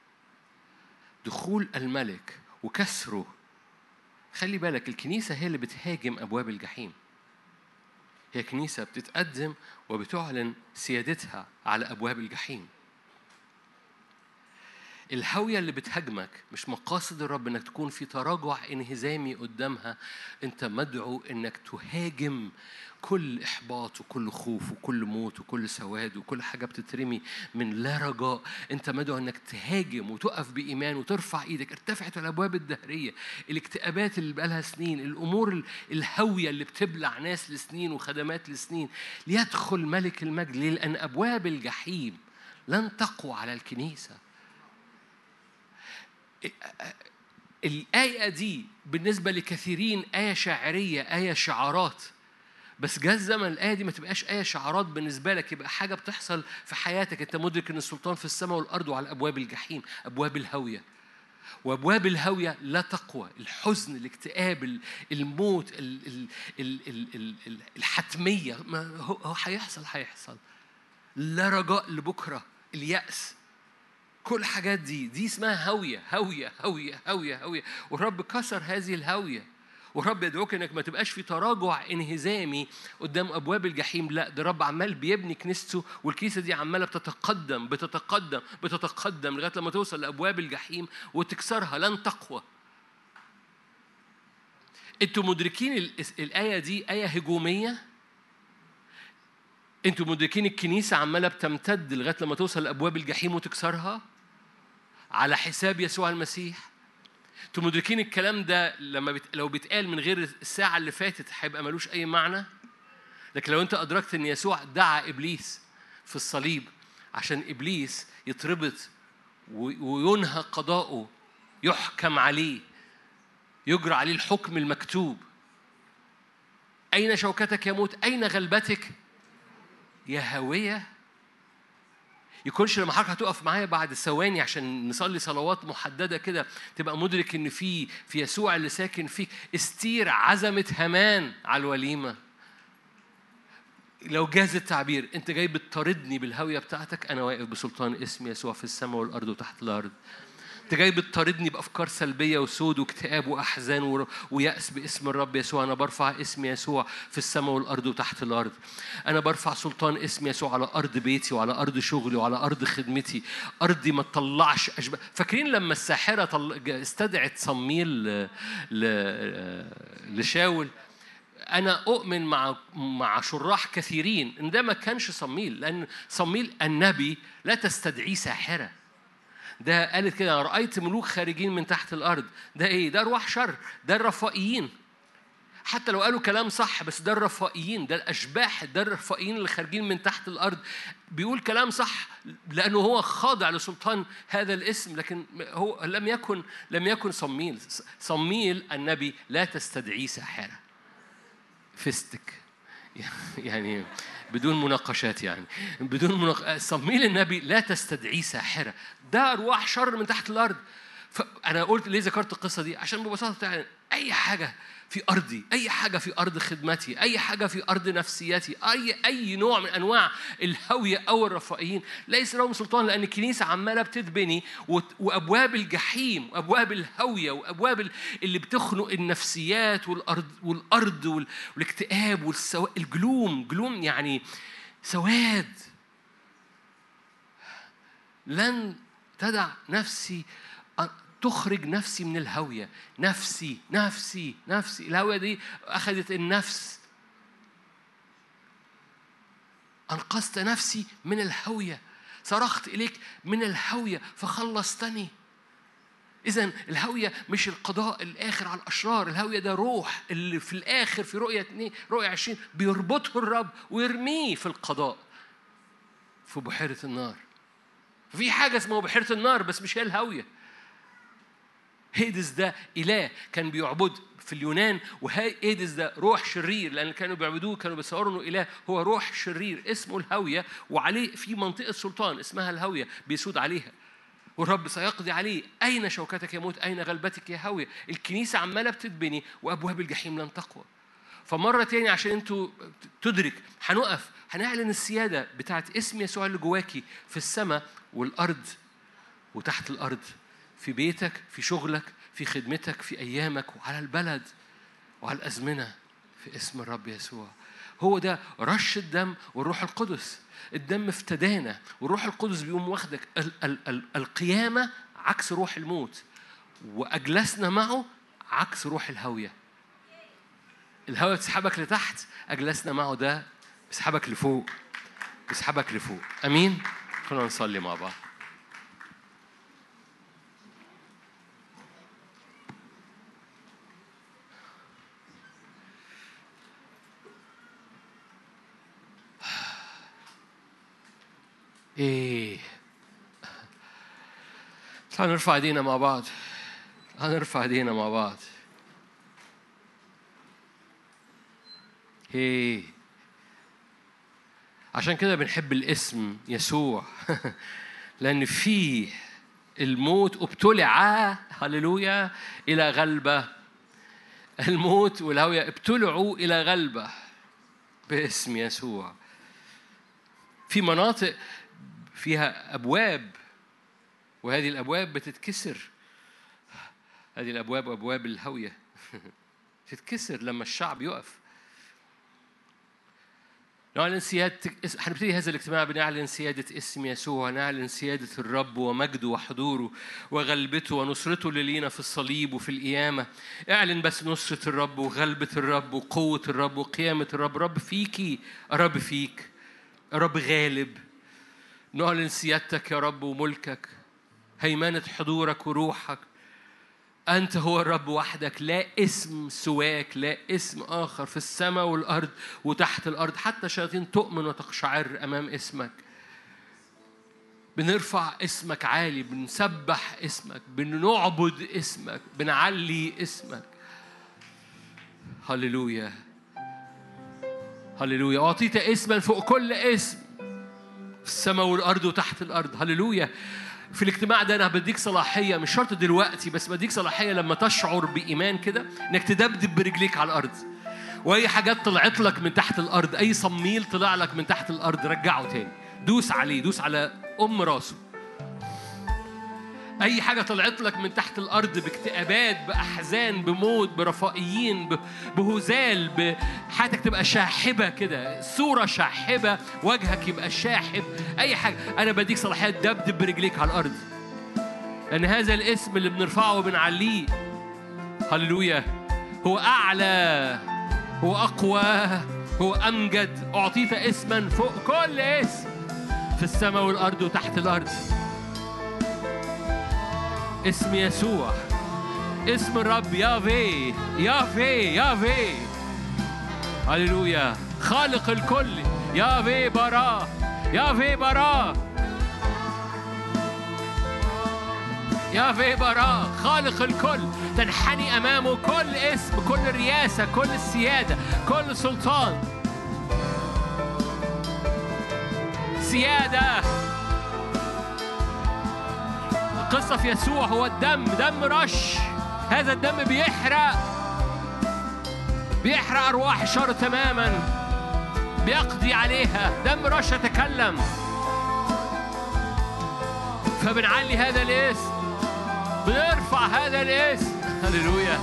دخول الملك وكسره. خلي بالك الكنيسة هي اللي بتهاجم أبواب الجحيم. هي كنيسة بتتقدم وبتعلن سيادتها على أبواب الجحيم. الهوية اللي بتهاجمك مش مقاصد الرب انك تكون في تراجع انهزامي قدامها. انت مدعو انك تهاجم كل احباط وكل خوف وكل موت وكل سواد وكل حاجة بتترمي من لا رجاء. انت مدعو انك تهاجم وتقف بإيمان وترفع ايدك. ارتفعت الابواب الدهرية، الاكتئابات اللي بقالها سنين، الامور الهوية اللي بتبلع ناس لسنين وخدمات لسنين، ليدخل ملك المجد. لأن ابواب الجحيم لن تقوى على الكنيسة. الآية دي بالنسبة لكثيرين آية شاعرية، آية شعارات، بس جاء الزمن الآية دي ما تبقاش آية شعارات بالنسبة لك، يبقى حاجة بتحصل في حياتك. أنت مدرك أن السلطان في السماء والأرض وعلى أبواب الجحيم، أبواب الهوية. وأبواب الهوية لا تقوى. الحزن، الاكتئاب، الموت، الحتمية، ما هو هيحصل هيحصل لا رجاء لبكرة، اليأس، كل الحاجات دي دي اسمها هوية هوية هوية هوية هوية. والرب كسر هذه الهوية. والرب يدعوك انك ما تبقاش في تراجع انهزامي قدام ابواب الجحيم. لا، ده الرب عمال بيبني كنيسته، والكنيسه دي عماله بتتقدم بتتقدم بتتقدم لغايه لما توصل لابواب الجحيم وتكسرها. لن تقوى. انتوا مدركين الايه دي ايه هجوميه؟ انتوا مدركين الكنيسه عماله بتمتد لغايه لما توصل لابواب الجحيم وتكسرها على حساب يسوع المسيح؟ انتوا مدركين الكلام ده لما بت... لو بيتقال من غير الساعة اللي فاتت هيبقى ملوش أي معنى. لكن لو أنت أدركت إن يسوع دعا إبليس في الصليب عشان إبليس يتربط و... وينهى قضاؤه يحكم عليه، يجرى عليه الحكم المكتوب. أين شوكتك يا موت؟ أين غلبتك يا هاوية؟ يكونش لما حضرتك هتقف معايا بعد ثواني عشان نصلي صلوات محددة كده تبقى مدرك إن في في يسوع اللي ساكن فيك. استير عزمت هامان على الوليمة. لو جاز التعبير، أنت جاي بتطاردني بالهوية بتاعتك، أنا واقف بسلطان اسم يسوع في السماء والأرض وتحت الأرض. أنت جاي بتطاردني بأفكار سلبية وسود واكتئاب وأحزان ويأس باسم الرب يسوع. أنا برفع اسم يسوع في السماء والأرض وتحت الأرض. أنا برفع سلطان اسم يسوع على أرض بيتي وعلى أرض شغلي وعلى أرض خدمتي. أرضي ما تطلعش أشباه. فاكرين لما الساحرة طل... استدعت صميل ل... ل... لشاول؟ أنا أؤمن مع مع شراح كثيرين إن ده ما كانش صميل، لأن صميل النبي لا تستدعيه ساحرة. ده قالت كده: أنا رأيت ملوك خارجين من تحت الأرض. ده إيه؟ ده أرواح شر، ده الرفائيين. حتى لو قالوا كلام صح، بس ده الرفائيين، ده الأشباح، ده الرفائيين اللي خارجين من تحت الأرض. بيقول كلام صح لأنه هو خاضع لسلطان هذا الاسم، لكن هو لم يكن لم يكن صميل. صميل النبي لا تستدعيه ساحرة. فستك يعني بدون مناقشات، يعني بدون مناق... صميل النبي لا تستدعيه ساحرة. ده أرواح شر من تحت الأرض. فأنا قلت ليه ذكرت القصة دي؟ عشان ببساطة تعالى أي حاجة في أرضي، أي حاجة في أرض خدمتي، أي حاجة في أرض نفسيتي، أي أي نوع من أنواع الهوية أو الرفائيين ليس لهم سلطان، لأن الكنيسة عمالة بتتبني وأبواب الجحيم وأبواب الهوية وأبواب اللي بتخنق النفسيات والأرض والأرض والاكتئاب والسواد، الجلوم جلوم يعني سواد. لن تدع نفسي تخرج نفسي من الهوية. نفسي نفسي نفسي الهوية دي أخذت النفس. أنقذت نفسي من الهوية، صرخت إليك من الهوية فخلصتني. إذن الهوية مش القضاء الآخر على الأشرار. الهوية ده روح اللي في الآخر في رؤية اثنين رؤية عشرين بيربطه الرب ويرميه في القضاء في بحيرة النار. في حاجة اسمها بحيرة النار، بس مش هي الهوية. هيدس ده إله كان بيعبد في اليونان، وهيدس ده روح شرير، لأن كانوا بيعبدوه كانوا بيصوروا إنه إله. هو روح شرير اسمه الهوية، وعليه في منطقة سلطان اسمها الهوية بيسود عليها، والرب سيقضي عليه. أين شوكتك يا موت؟ أين غلبتك يا هوية؟ الكنيسة عمالة بتتبني وأبواب الجحيم لن تقوى. فمرة تاني عشان أنتوا تدرك، هنقف هنعلن السيادة بتاعت اسم يسوع اللي جواكي في السماء والأرض وتحت الأرض، في بيتك، في شغلك، في خدمتك، في أيامك، وعلى البلد وعلى الأزمنة في اسم الرب يسوع. هو ده رش الدم والروح القدس. الدم افتدانا والروح القدس بيقوم واخدك. ال- ال- ال- القيامة عكس روح الموت، وأجلسنا معه عكس روح الهوية. الهوية بتسحبك لتحت، أجلسنا معه ده بيسحبك لفوق، بيسحبك لفوق. أمين. خلونا نصلي مع بعض. إيه، هنرفع ايدينا مع بعض، هنرفع ايدينا مع بعض. إيه، عشان كده بنحب الاسم يسوع لأن فيه الموت ابتلع، هللويا، إلى غلبة. الموت والهوية ابتلعوا إلى غلبة باسم يسوع. في مناطق فيها أبواب، وهذه الأبواب بتتكسر. هذه الأبواب أبواب الهوية تتكسر لما الشعب يقف. نعلن سيادة، هنبتدي هذا الاجتماع بنعلن سيادة اسم يسوع، نعلن سيادة الرب ومجده وحضوره وغلبته ونصرته اللي لينا في الصليب وفي القيامة. اعلن بس نصرة الرب وغلبة الرب وقوة الرب وقيامة الرب. رب فيكي، رب فيك، رب غالب. نعلن سيادتك يا رب وملكك، هيمنة حضورك وروحك. أنت هو الرب وحدك، لا اسم سواك، لا اسم آخر في السماء والأرض وتحت الأرض. حتى الشياطين تؤمن وتقشعر أمام اسمك. بنرفع اسمك عالي، بنسبح اسمك، بنعبد اسمك، بنعلي اسمك. هللويا هللويا. أعطيت اسما فوق كل اسم في السماء والأرض وتحت الأرض. هللويا. في الاجتماع ده أنا بديك صلاحية، مش شرط دلوقتي، بس بديك صلاحية لما تشعر بإيمان كده إنك تدبدب برجليك على الأرض، وأي حاجات طلعت لك من تحت الأرض، أي صميل طلع لك من تحت الأرض رجعه تاني، دوس عليه، دوس على أم راسه. أي حاجة طلعت لك من تحت الأرض باكتئابات، بأحزان، بموت، برفائيين، بهزال، بحياتك تبقى شاحبة كده، صورة شاحبة، وجهك يبقى شاحب، أي حاجة، أنا بديك صلاحية دبدب برجليك على الأرض، لأن هذا الاسم اللي بنرفعه وبنعليه هللويا هو أعلى، هو أقوى، هو أمجد. أعطيت اسما فوق كل اسم في السماء والأرض وتحت الأرض. اسم يسوع، اسم الرب يافي يافي يافي. هللويا. خالق الكل، يافي برا يافي برا يافي برا. خالق الكل، تنحني أمامه كل اسم، كل رياسة، كل السيادة، كل سلطان. سيادة. القصة في يسوع هو الدم، دم رش. هذا الدم بيحرق بيحرق أرواح الشر تماما، بيقضي عليها. دم رش يتكلم. فبنعلي هذا الاسم، بنرفع هذا الاسم. هللويا.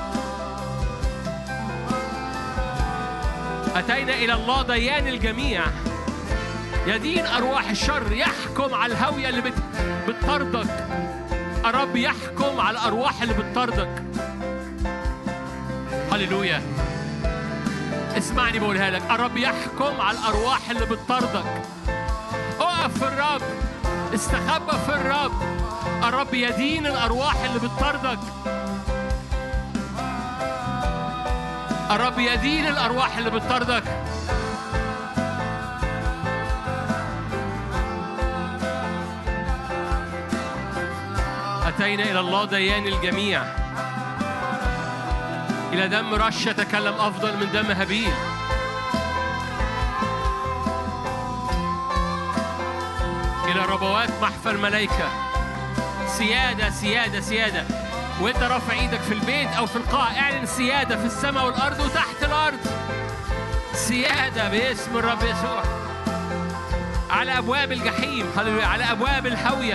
أتينا إلى الله ديان الجميع، يدين أرواح الشر، يحكم على الهوية اللي بت... بتطردك. الرب يحكم على الأرواح اللي بتطردك. هللويا. اسمعني بقولها لك، الرب يحكم على الأرواح اللي بتطردك. اقف في الرب، استخبى في الرب. الرب يدين الأرواح اللي بتطردك. الرب يدين الأرواح اللي بتطردك. أتينا إلى الله ديان الجميع، إلى دم رش يتكلم أفضل من دم هابيل. إلى ربوات محفى الملائكة. سيادة سيادة سيادة. وإنت رافع إيدك في البيت أو في القاعة، اعلن سيادة في السماء والأرض وتحت الأرض. سيادة باسم الرب يسوع على أبواب الجحيم. هللويا. على أبواب الهوية.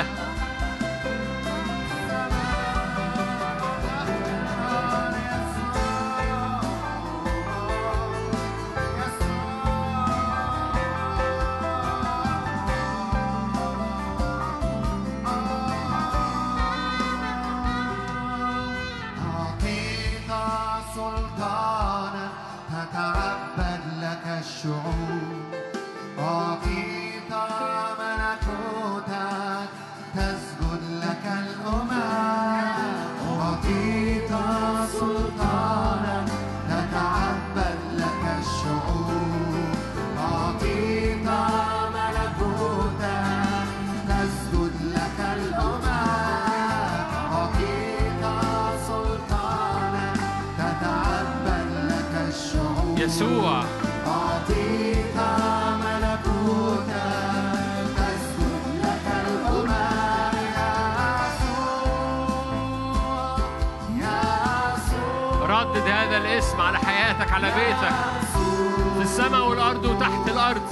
يسوع. أعطيك ملكوتا تسجد لك الأمم. يسوع. ردد هذا الاسم على حياتك، على بيتك، في السماء والأرض وتحت الأرض.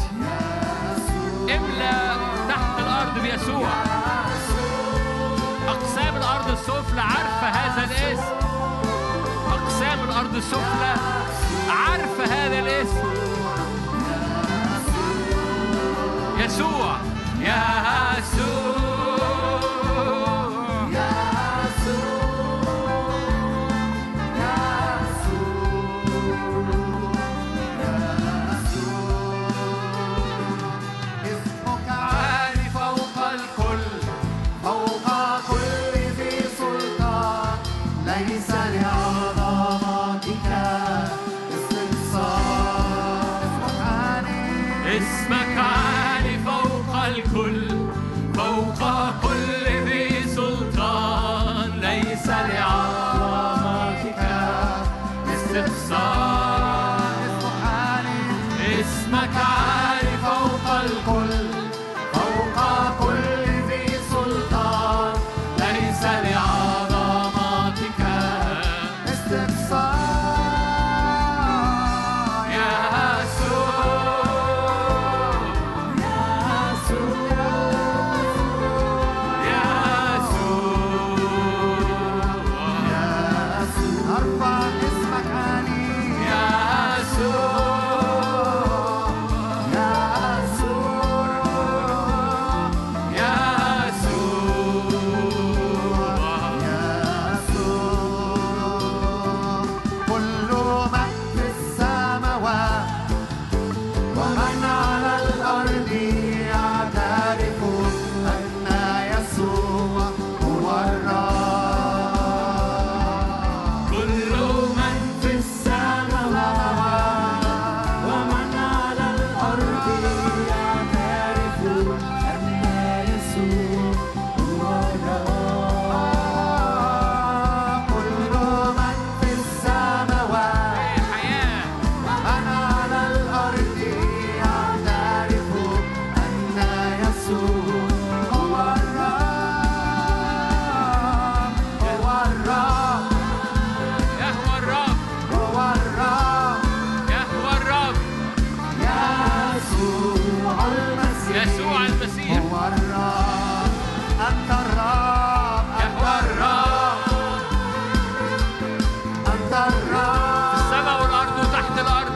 املأ تحت الأرض بيسوع. أقسام الأرض السفلى عارفة هذا الاسم. أقسام الأرض السفلى عارفة هذا الاسم. يسوع. يا يسوع. اسمك عالي فوق الكل، فوق كل ذي سلطان. ليس لعظمتك اسمك عالي فوق الكل، فوق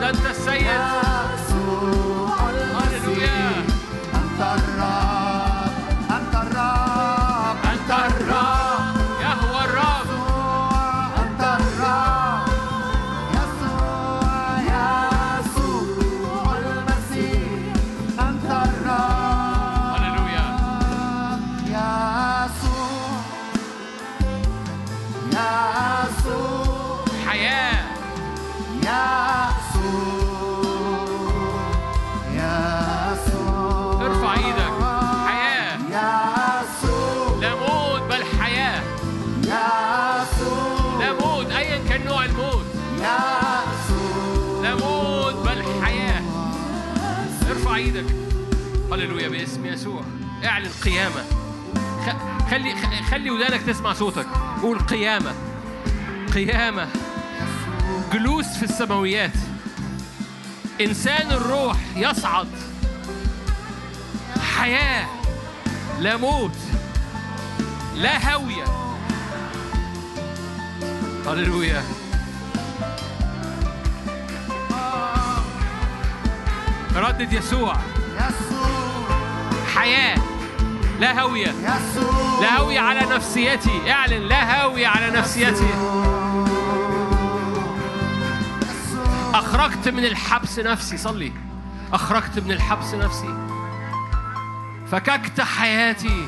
أنت السيد. هللويا. أنت الرب، أنت الرب، أنت الرب، يهوى الرب. أنت الرب، يسوع يسوع المسيح، أنت الرب. هللويا. يسوع يسوع حياة. ارفع ايدك. حياة. لا موت بل حياة. لا موت ايا كان نوع الموت. لا موت بل حياة. ارفع ايدك. هللويا باسم يسوع. اعلن قيامة. خلي خلي ودانك تسمع صوتك. قول قيامة. قيامة. جلوس في السماويات. إنسان الروح يصعد. حياة. لا موت. لا هوية. هللويا. ردد يسوع. حياة. لا هوية. لا هوية على نفسيتي. اعلن لا هوية على نفسيتي. أخرجت من الحبس نفسي. صلي. أخرجت من الحبس نفسي. فككت حياتي.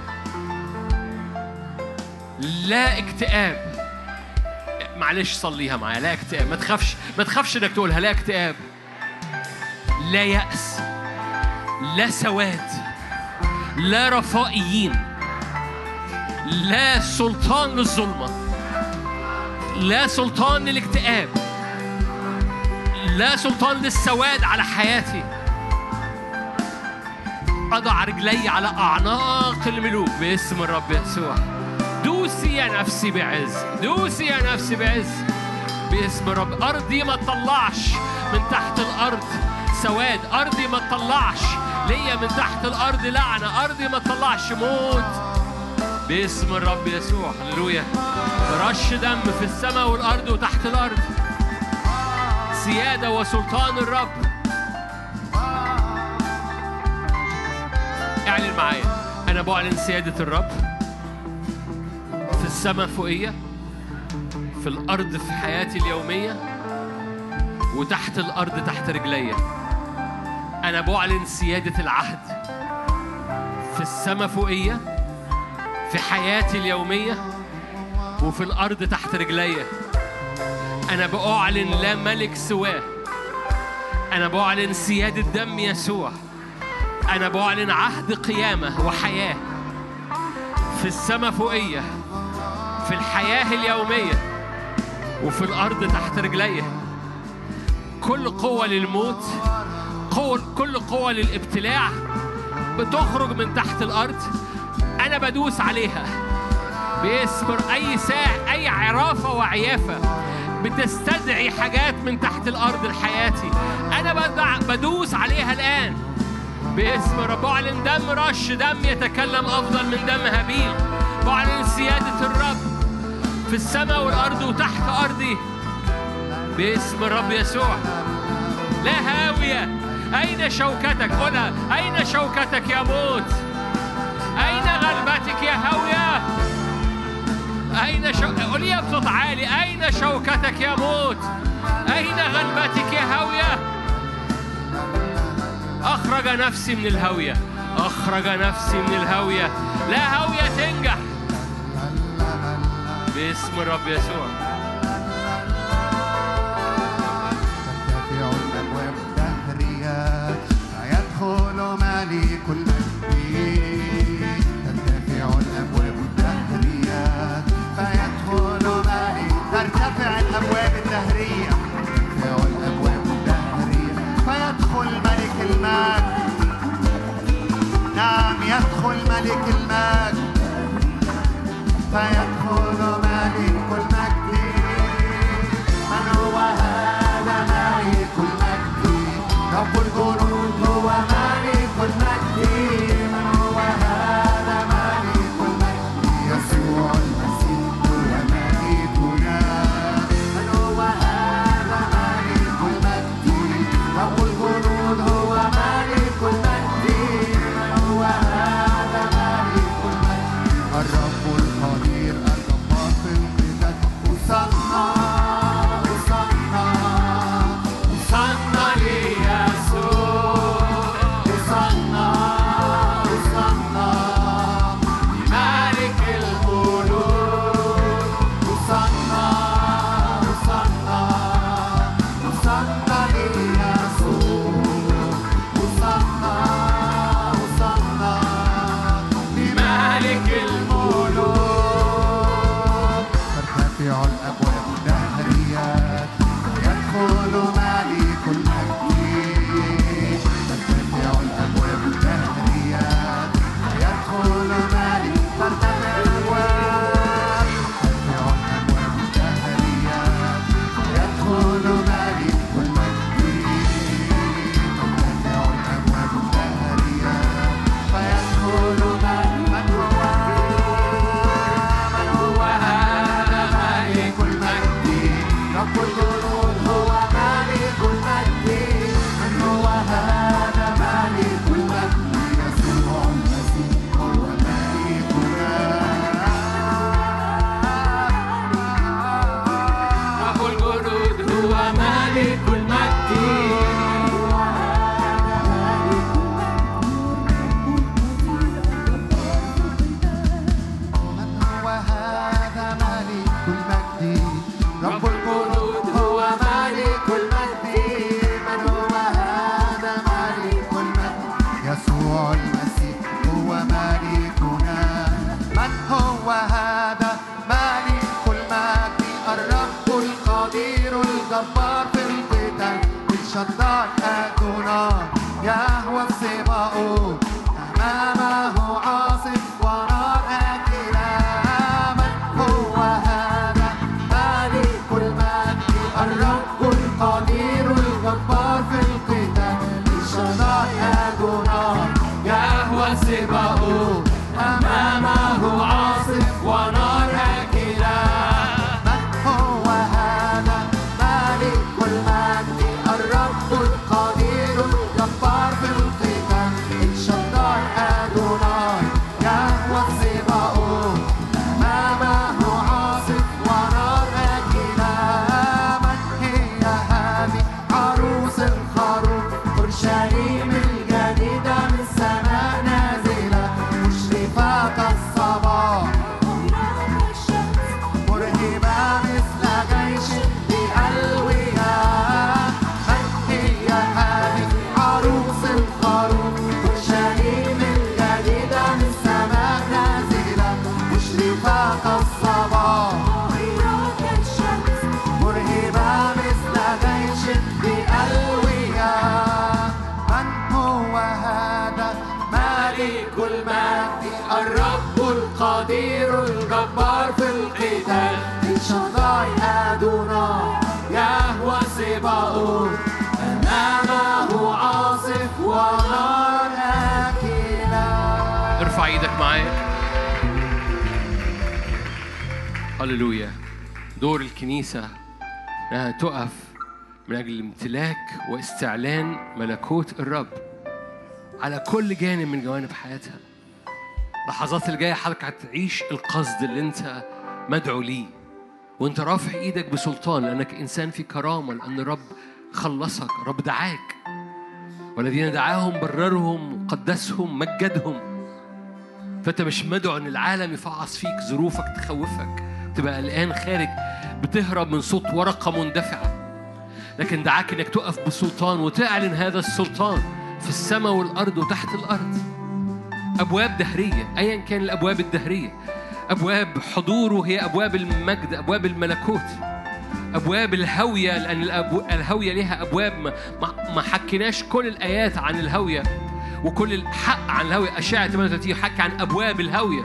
لا اكتئاب. معلش صليها معايا. لا اكتئاب. ما تخافش ما تخافش انك تقولها. لا اكتئاب. لا يأس. لا سواد. لا رفائيين. لا سلطان للظلمة. لا سلطان للاكتئاب. لا سلطان للسواد على حياتي. أضع رجلي على أعناق الملوك باسم الرب يسوع. دوسي يا نفسي بعز. دوسي يا نفسي بعز باسم الرب. أرضي ما تطلعش من تحت الأرض سواد. أرضي ما تطلعش ليا من تحت الأرض لعنة. أرضي ما تطلعش موت باسم الرب يسوع. هللويا. رش دم في السماء والأرض وتحت الأرض. سيادة وسلطان الرب. اعلن معايا. أنا بعلن سيادة الرب في السماء فوقية، في الأرض في حياتي اليومية، وتحت الأرض تحت رجلي. أنا بعلن سيادة العهد في السماء فوقية، في حياتي اليومية، وفي الأرض تحت رجلي. أنا بأعلن لا ملك سواه. أنا بأعلن سيادة دم يسوع. أنا بأعلن عهد قيامة وحياة في السماء فوقية، في الحياة اليومية، وفي الأرض تحت رجلي. كل قوة للموت، قوة كل قوة للابتلاع بتخرج من تحت الأرض. أنا بدوس عليها باسم أي ساع، أي عرافة وعيافة بتستدعي حاجات من تحت الأرض لحياتي. أنا بدوس عليها الآن باسم رب. أعلن دم رش دم يتكلم أفضل من دم هابيل. وأعلن سيادة الرب في السماء والأرض وتحت أرضي باسم الرب يسوع. لا هاوية. أين شوكتك؟ قولها. أين شوكتك يا موت؟ أين غلبتك يا هاوية؟ أين شو... قوليها بصوت عالي. أين شوكتك يا موت؟ أين غلبتك يا هاوية؟ أخرج نفسي من الهاوية. أخرج نفسي من الهاوية. لا هاوية تنجح باسم الرب يسوع. ترتفع الأبواب الدهرية فيدخل ملك المجد. ترتفع الأبواب الدهرية فيدخل ملك. ترتفع الأبواب الدهرية. ترتفع الأبواب الدهرية فيدخل ملك المجد. نعم يدخل ملك المجد. فيدخل ملك المجد. من هو هذا ملك المجد؟ رب الجنود هو ملك المجد. من هو هذا ملك المجد؟ يسوع المسيح هو ملكنا. من هو هذا ملك المجد؟ ترتفع الأبواب الدهريات يدخل ملك المجد ترتفع الأبواب الدهريات يدخل ملك ترتفع الأبواب ترتفع الأبواب الدهريات يدخل ملك المجد ترتفع الأبواب الدهريات فيدخل من هو من هو هذا ملك المجد رب الجنود هو ملك المجد من هو هذا ملك المجد يسوع المسيح هو ملكنا رب الجنود هو ملك المجد من هو هذا ملك المجد رب الجنود هو ملك المجد من هو هذا ملك المجد يسوع المسيح هو ملكنا من هو هذا ملك المجد الرب القدير الجبار في القتال الشداد أدوناي يهوى السباؤوت أمامه عاصف ونار آكلة من هو هذا ملك المجد الرب القدير الجبار في القتال الشداد أدوناي يهوى السباؤوت أمامه عاصف ونار آكلة من هو هذا ملك المجد الرب القدير الجبار في القتال الشداد أدوناي يهوى السباؤوت أمامه عاصف ونار آكلة من هي هذه عروس الخروف أورشليم الجديدة من السماء نازلة مشرفة الصباح مرهبة مثل جيش بألوية من هي هذه عروس الخروف أورشليم الجديدة من السماء نازلة مشرفة الصباح مرهبة مثل جيش بألوية من هو هذا ملك المجد الرب القدير الجبار في القتال الشداد أدوناي يهوى سباؤوت أمامه عاصف ونار آكلة ارفع ايدك معايا. هللويا. دور الكنيسة انها تقف من اجل امتلاك واستعلان ملكوت الرب على كل جانب من جوانب حياتها. اللحظات اللي جايه حضرتك هتعيش القصد اللي انت مدعو ليه وانت رافع ايدك بسلطان، لانك انسان في كرامه، لان الرب خلصك، الرب دعاك، والذين دعاهم بررهم قدسهم مجدهم. فانت مش مدعو ان العالم يفعص فيك، ظروفك تخوفك، تبقى قلقان خارج بتهرب من صوت ورقه مندفعه، لكن دعاك انك تقف بسلطان وتعلن هذا السلطان في السماء والارض وتحت الارض. ابواب دهريه، ايا كان الابواب الدهريه، ابواب حضوره هي ابواب المجد، ابواب الملكوت، ابواب الهويه، لان الهويه لها ابواب. ما, ما حكيناش كل الايات عن الهويه وكل الحق عن الهويه. اشعياء ثمانية وثلاثين حكي عن ابواب الهويه.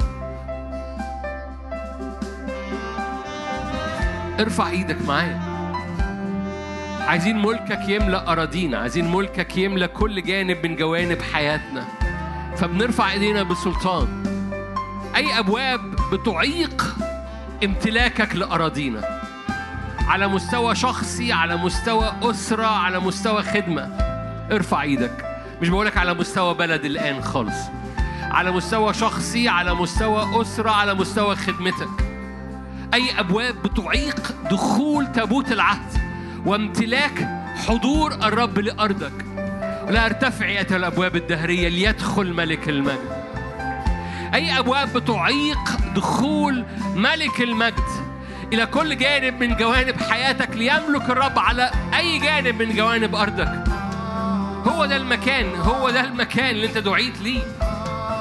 ارفع ايدك معايا. عايزين ملكك يملأ أراضينا، عايزين ملكك يملأ كل جانب من جوانب حياتنا، فبنرفع ايدينا بسلطان. أي أبواب بتعيق امتلاكك لأراضينا على مستوى شخصي، على مستوى أسرة، على مستوى خدمة، ارفع ايدك. مش بقولك على مستوى بلد الآن خالص، على مستوى شخصي، على مستوى أسرة، على مستوى خدمتك. أي أبواب بتعيق دخول تابوت العهد وامتلاك حضور الرب لأرضك. لا ارتفع يا الأبواب الدهرية ليدخل ملك المجد. أي أبواب بتعيق دخول ملك المجد إلى كل جانب من جوانب حياتك ليملك الرب على أي جانب من جوانب أرضك. هو ده المكان، هو ده المكان اللي أنت دعيت ليه،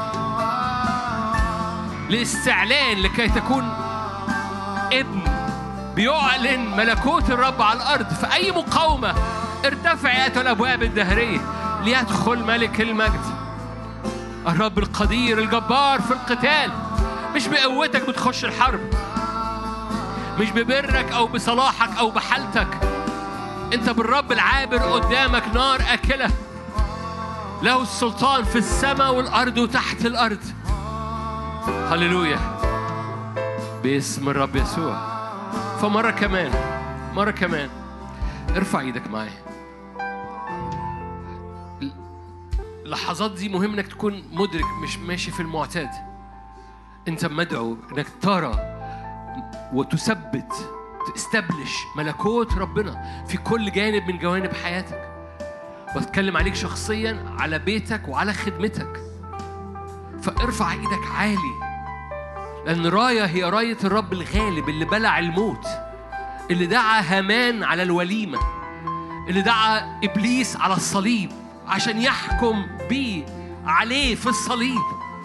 لاستعلان، لكي تكون ابن بيعلن ملكوت الرب على الأرض. في أي مقاومة ارتفع يا الأبواب الدهرية ليدخل ملك المجد. الرب القدير الجبار في القتال. مش بقوتك بتخش الحرب، مش ببرك أو بصلاحك أو بحالتك. أنت بالرب العابر قدامك نار أكلة، له السلطان في السماء والأرض وتحت الأرض. هللويا باسم الرب يسوع. فمرة كمان مرة كمان ارفع ايدك معايا. اللحظات دي مهم انك تكون مدرك، مش ماشي في المعتاد. انت مدعو انك ترى وتثبت تستبلش ملكوت ربنا في كل جانب من جوانب حياتك. بتكلم عليك شخصيا، على بيتك وعلى خدمتك. فارفع ايدك عالي، لأن راية هي راية الرب الغالب اللي بلع الموت، اللي دعا هامان على الوليمة، اللي دعا إبليس على الصليب عشان يحكم بيه عليه في الصليب.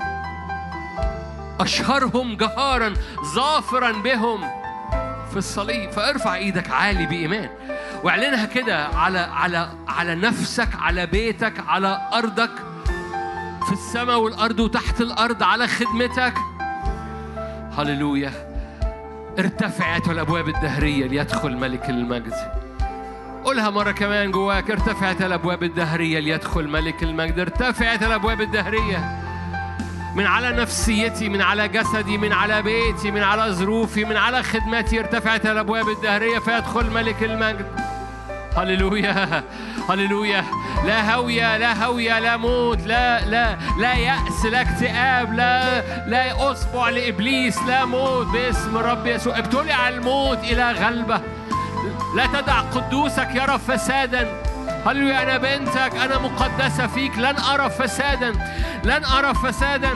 أشهرهم جهارا ظافرا بهم في الصليب. فارفع ايدك عالي بإيمان واعلنها كده على على على نفسك، على بيتك، على أرضك، في السماء والأرض وتحت الأرض، على خدمتك. هللويا. ارتفعت الأبواب الدهرية ليدخل ملك المجد. قولها مرة كمان جواك. ارتفعت الأبواب الدهرية ليدخل ملك المجد. ارتفعت الأبواب الدهرية من على نفسيتي، من على جسدي، من على بيتي، من على ظروفي، من على خدمتي. ارتفعت الأبواب الدهرية فيدخل ملك المجد. هللويا هللويا. لا هوية، لا هوية، لا موت، لا لا لا يأس، لا اكتئاب، لا لا أصبع لإبليس، لا موت باسم رب يسوع. ابتلع الموت إلى غلبة. لا تدع قدوسك يرى فسادا. هللويا. أنا بنتك، أنا مقدسة فيك، لن أرى فسادا، لن أرى فسادا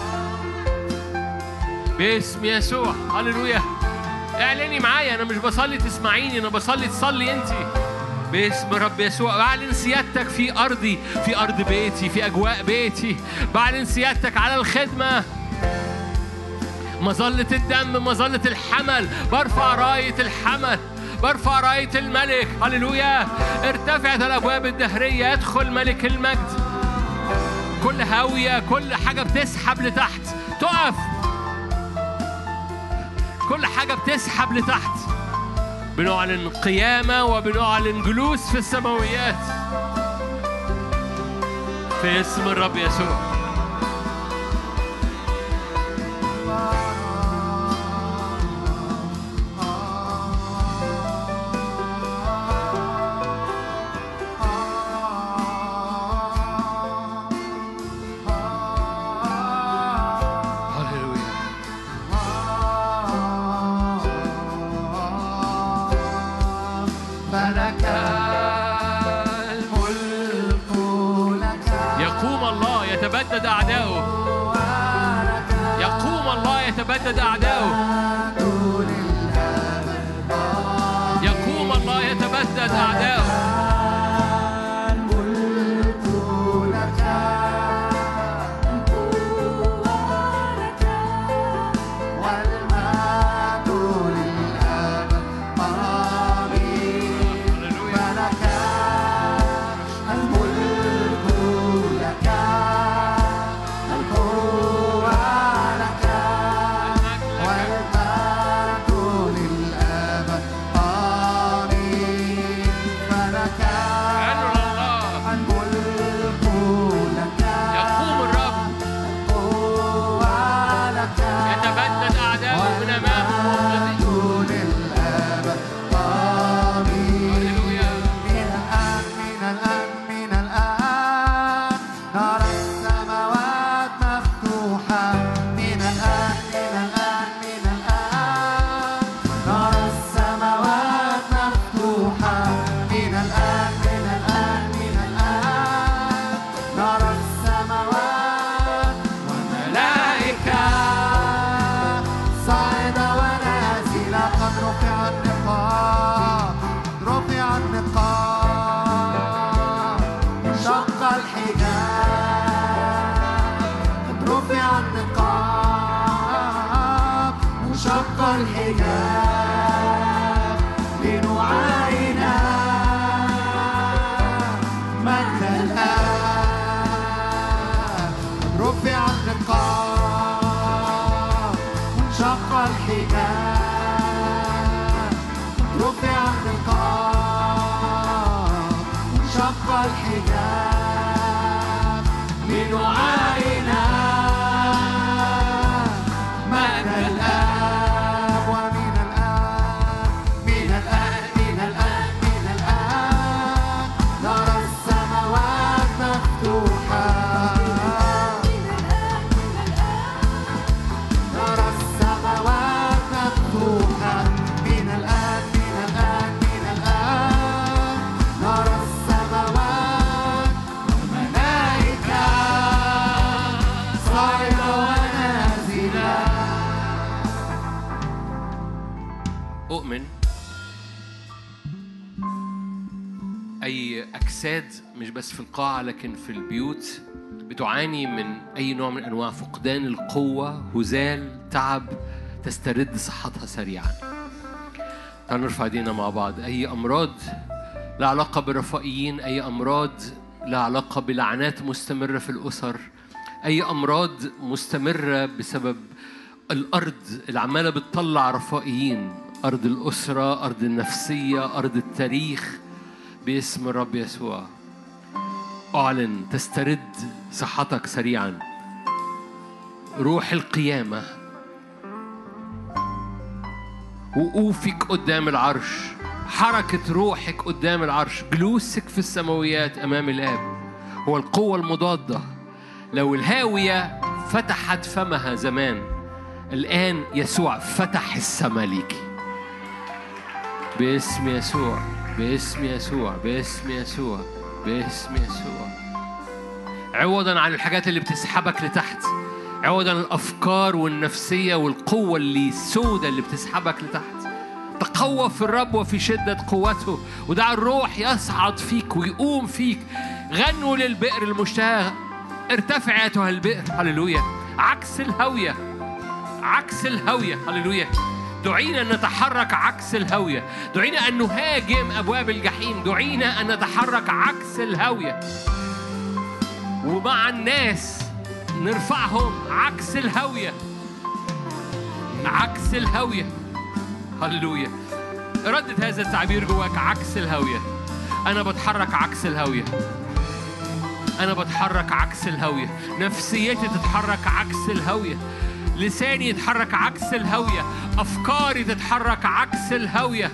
باسم يسوع. هللويا. اعلني معايا. أنا مش بصلي تسمعيني، أنا بصلي تصلي أنتي باسم رب يسوع. بعلن سيادتك في أرضي، في أرض بيتي، في أجواء بيتي. بعلن سيادتك على الخدمة. مظلة الدم، مظلة الحمل، برفع راية الحمل، برفع راية الملك. هللويا. ارتفعت الأبواب الدهرية يدخل ملك المجد. كل هاوية، كل حاجة بتسحب لتحت تقف. كل حاجة بتسحب لتحت. بنعلن قيامة وبنعلن جلوس في السماويات في اسم الرب يسوع. يتبدد أعداؤه. يقوم الله يتبدد أعداؤه. يقوم الله يتبدد أعداؤه. الحجاب رفع النقاب انشق الحجاب لنعاينا مجد الآب ومن الآن من الآن من الآن من الآن نرى السماوات مفتوحة نرى السماوات مفتوحة من الآن من الآن من الآن نرى السماوات والملائكة صاعدة ونازلة. أؤمن أي أجساد مش بس في القاعة لكن في البيوت بتعاني من أي نوع من أنواع فقدان القوة، هزال، تعب، تسترد صحتها سريعا. تعالوا نرفع ايدينا مع بعض. أي أمراض لا علاقة بالرفائيين، أي أمراض لا علاقة بلعنات مستمرة في الأسر، أي أمراض مستمرة بسبب الأرض اللي عمالة بتطلع رفائيين، أرض الأسرة، أرض النفسية، أرض التاريخ، باسم الرب يسوع أعلن تسترد صحتك سريعا. روح القيامة، وقوفك قدام العرش، حركة روحك قدام العرش، جلوسك في السماويات أمام الآب هو القوة المضادة. لو الهاوية فتحت فمها زمان، الآن يسوع فتح السما ليكي باسم يسوع، باسم يسوع، باسم يسوع، باسم يسوع. عوضاً عن الحاجات اللي بتسحبك لتحت، عوضاً عن الأفكار والنفسية والقوة اللي السودة اللي بتسحبك لتحت، تقوى في الرب وفي شدة قوته، ودع الروح يصعد فيك ويقوم فيك. غنوا للبئر المشتهى، ارتفع أيتها البئر. هللويا. عكس الهوية، عكس الهوية. هللويا. دعينا أن نتحرك عكس الهوية، دعينا أن نهاجم أبواب الجحيم، دعينا أن نتحرك عكس الهوية، ومع الناس نرفعهم عكس الهوية، عكس الهوية. هللويا. ردد هذا التعبير جواك، عكس الهوية. أنا بتحرك عكس الهوية، أنا بتحرك عكس الهوية. نفسيتي تتحرك عكس الهوية، لساني يتحرك عكس الهوية، أفكاري تتحرك عكس الهوية.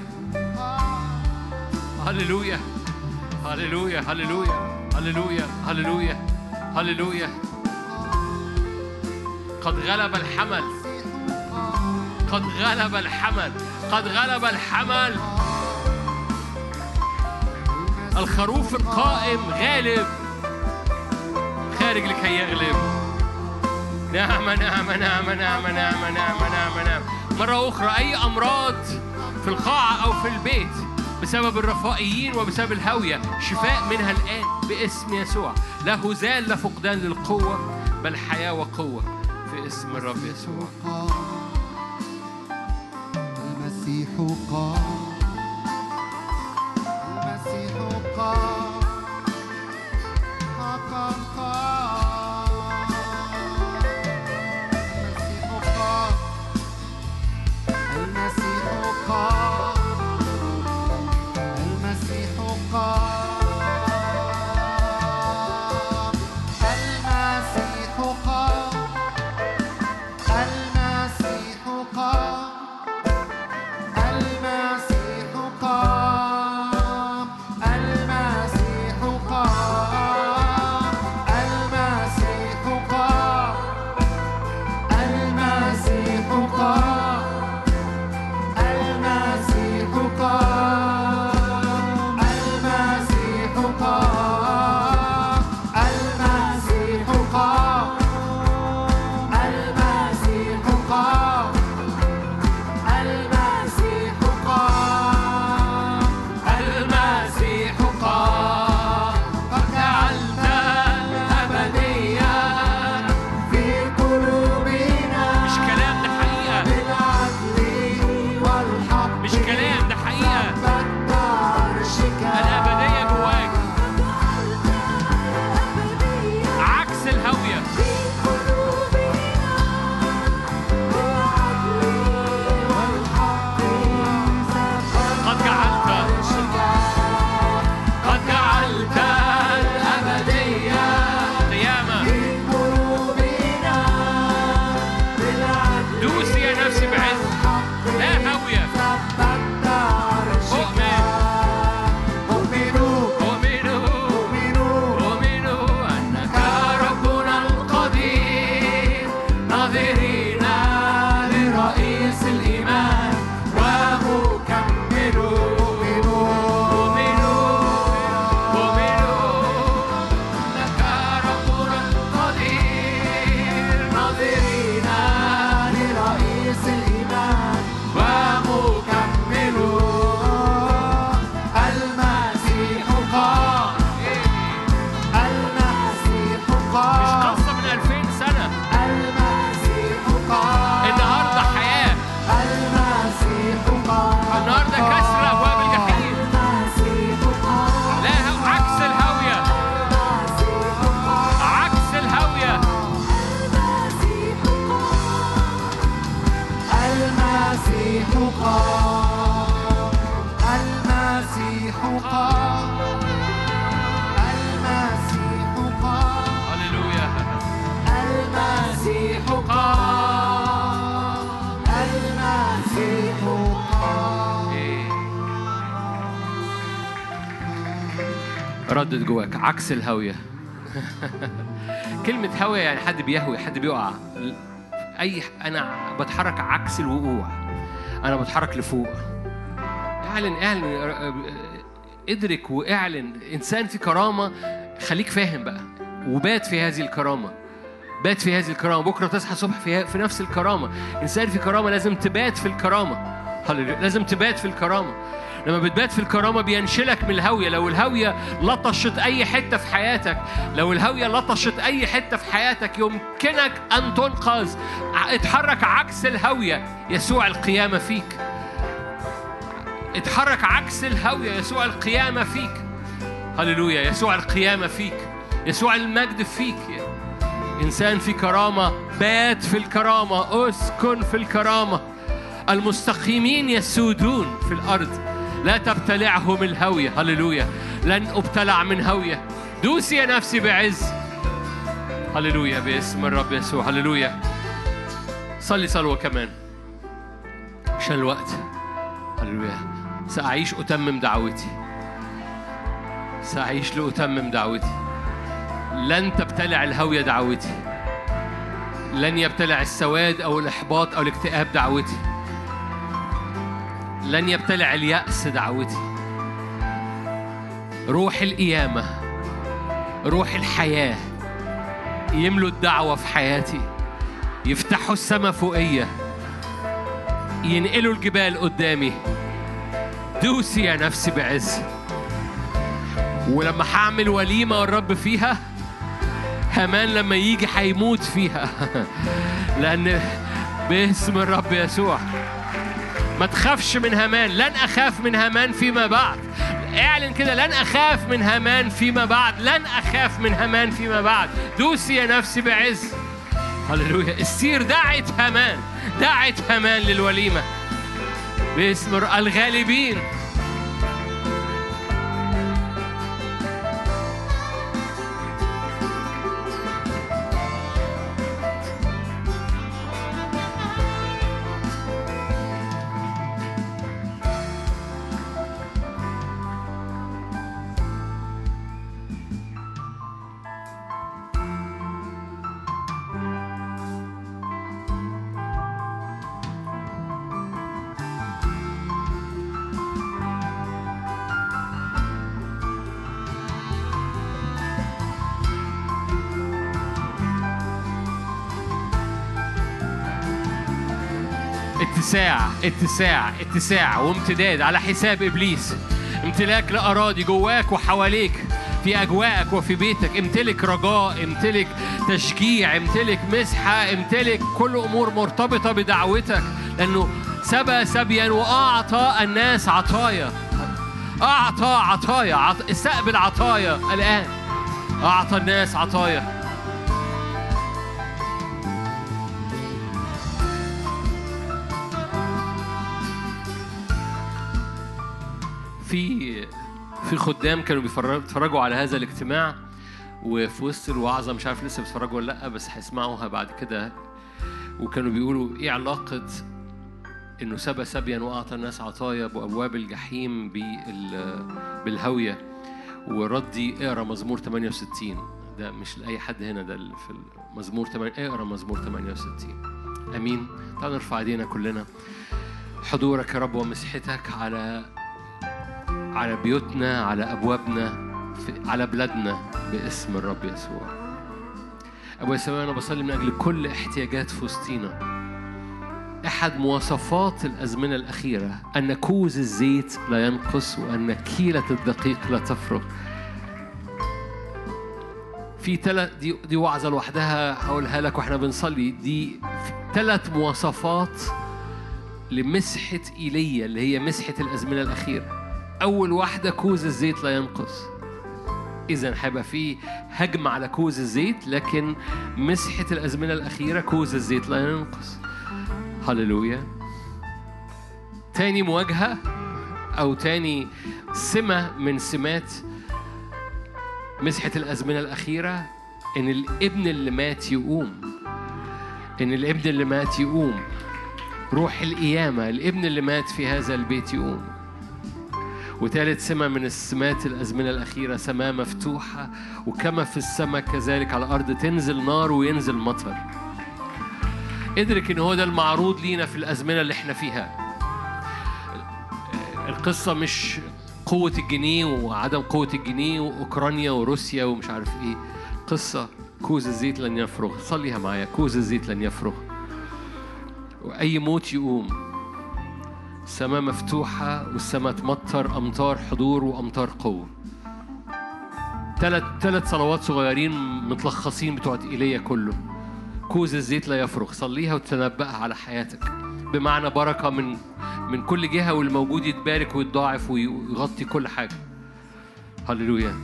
هللويا هللويا هللويا هللويا هللويا هللويا. قد غلب الحمل، قد غلب الحمل، قد غلب الحمل. الخروف القائم غالب، خارج لكي يغلب. نعم نعم نعم نعم نعم نعم نعم نعم. مرة أخرى، أي أمراض في القاعة أو في البيت بسبب الرفائيين وبسبب الهوية، شفاء منها الآن باسم يسوع. لا هزال، لا فقدان للقوة، بل حياة وقوة في اسم الرب يسوع. المسيح قام، المسيح قام، حقا قام، المسيح قام، المسيح قام، المسيح قام، المسيح قام، المسيح قام، المسيح ردد جواك عكس الهوية. كلمة هوية يعني حد بيهوي، حد بيقع. أي أنا بتحرك عكس الوقوع، أنا بتحرك لفوق. اعلن اعلن ادرك واعلن. إنسان في كرامة، خليك فاهم بقى وبات في هذه الكرامة. بات في هذه الكرامة، بكرة تصحى الصبح في في نفس الكرامة. إنسان في كرامة لازم تبات في الكرامة. لازم تبات في الكرامة. لما بتبات في الكرامة بينشلك من الهوية. لو الهوية لطشت أي حتة في حياتك، لو الهوية لطشت أي حتة في حياتك يمكنك أن تنقذ. اتحرك عكس الهوية، يسوع القيامة فيك. اتحرك عكس الهوية، يسوع القيامة فيك. هللويا. يسوع القيامة فيك، يسوع المجد فيك. إنسان في كرامة بات في الكرامة، أسكن في الكرامة. المستقيمين يسودون في الأرض، لا تبتلعهم الهوية. هللويا. لن أبتلع من هوية. دوسي يا نفسي بعز. هللويا باسم الرب يسوع. هللويا. صلي صلوة كمان عشان الوقت. هللويا. سأعيش أتمم دعوتي، سأعيش لأتمم دعوتي. لن تبتلع الهوية دعوتي، لن يبتلع السواد أو الإحباط أو الاكتئاب دعوتي، لن يبتلع اليأس دعوتي. روح القيامة، روح الحياة يملوا الدعوة في حياتي، يفتحوا السماء فوقية، ينقلوا الجبال قدامي. دوسي يا نفسي بعز. ولما هعمل وليمة والرب فيها، هامان لما يجي هيموت فيها. لأن باسم الرب يسوع ما تخافش من هامان. لن أخاف من هامان فيما بعد. اعلن كده، لن أخاف من هامان فيما بعد. لن أخاف من هامان فيما بعد. دوسي يا نفسي بعز. هللويا. السير دعت هامان، دعت هامان للوليمة باسم الغالبين. اتساع اتساع اتساع وامتداد على حساب إبليس. امتلاك لأراضي جواك وحواليك، في أجواءك وفي بيتك. امتلك رجاء، امتلك تشجيع، امتلك مسحة، امتلك كل أمور مرتبطة بدعوتك. لأنه سبى سبيا وأعطى الناس عطايا. أعطى عطايا عط... استقبل عطايا الآن. أعطى الناس عطايا. في في خدام كانوا بيتفرجوا على هذا الاجتماع، وفي وسط الوعظة مش عارف لسه بيتفرجوا ولا لأ، بس هيسمعوها بعد كده. وكانوا بيقولوا إيه علاقة إنه سبى سبيا وأعطى الناس عطايا بأبواب الجحيم بالهوية. وردي اقرأ مزمور ثمانية وستين. ده مش لأي حد هنا، ده في المزمور ثمانية. اقرأ مزمور ثمانية وستين. أمين. تعالوا نرفع ايدينا كلنا. حضورك يا رب ومسحتك على على بيوتنا، على أبوابنا، على بلادنا باسم الرب يسوع. أبو يسوع، أنا بصلي من أجل كل احتياجات في وسطينا. أحد مواصفات الأزمنة الأخيرة أن كوز الزيت لا ينقص وأن كيلة الدقيق لا تفرغ. في ثلاث دي دي وعظة لوحدها هقولها لك واحنا بنصلي. دي ثلاث مواصفات لمسحة إيليا اللي هي مسحة الأزمنة الأخيرة. أول واحدة كوز الزيت لا ينقص. إذن هيبقى في هجم على كوز الزيت، لكن مسحة الأزمنة الأخيرة كوز الزيت لا ينقص. هللويا. تاني مواجهة أو تاني سمة من سمات مسحة الأزمنة الأخيرة إن الابن اللي مات يقوم. إن الابن اللي مات يقوم. روح القيامة، الابن اللي مات في هذا البيت يقوم. وثالث سمة من السمات الأزمنة الأخيرة، سماء مفتوحة، وكما في السماء كذلك على الأرض تنزل نار وينزل مطر. ادرك إن هو ده المعروض لينا في الأزمنة اللي احنا فيها. القصة مش قوة الجنيه وعدم قوة الجنيه وأوكرانيا وروسيا ومش عارف إيه. قصة كوز الزيت لن يفرغ. صليها معايا. كوز الزيت لن يفرغ، وأي موت يقوم. السماء مفتوحة والسماء تمطر أمطار حضور وأمطار قوة. ثلاث ثلاث صلوات صغيرين متلخصين بتوع إيليا كله. كوز الزيت لا يفرغ. صليها وتنبأها على حياتك بمعنى بركة من من كل جهة، والموجود يتبارك ويتضاعف ويغطي كل حاجة. هللويا.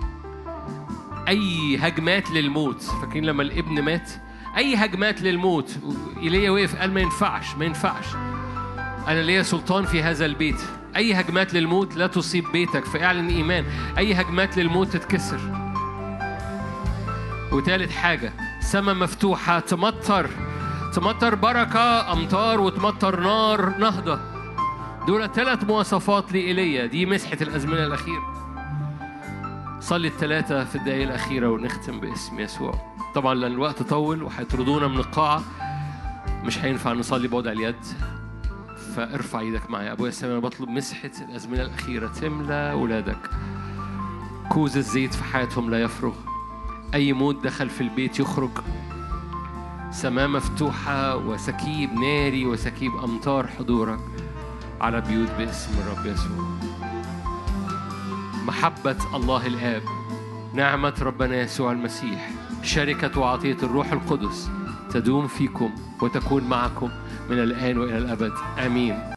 أي هجمات للموت، فاكرين لما الابن مات؟ أي هجمات للموت، إيليا وقف قال ما ينفعش ما ينفعش، أنا ليا سلطان في هذا البيت. أي هجمات للموت لا تصيب بيتك، فاعلن إيمان. أي هجمات للموت تتكسر. وثالث حاجة، سماء مفتوحة تمطر تمطر بركة أمطار وتمطر نار نهضة. دول ثلاث مواصفات لإيليا. دي مسحة الأزمنة الأخيرة. صلي الثلاثة في الدقايق الأخيرة ونختم باسم يسوع. طبعا لأن الوقت طول وهيطردونا من القاعة، مش هينفع نصلي بوضع اليد، فارفع ايدك معايا. أبويا السماوي، أنا بطلب مسحة الأزمنة الأخيرة تملى أولادك. كوز الزيت في حياتهم لا يفرغ. أي موت دخل في البيت يخرج. سماء مفتوحة وسكيب ناري وسكيب أمطار حضورك على بيوت باسم الرب يسوع. محبة الله الآب، نعمة ربنا يسوع المسيح، شركة وعطية الروح القدس تدوم فيكم وتكون معكم من الآن وإلى الأبد. آمين.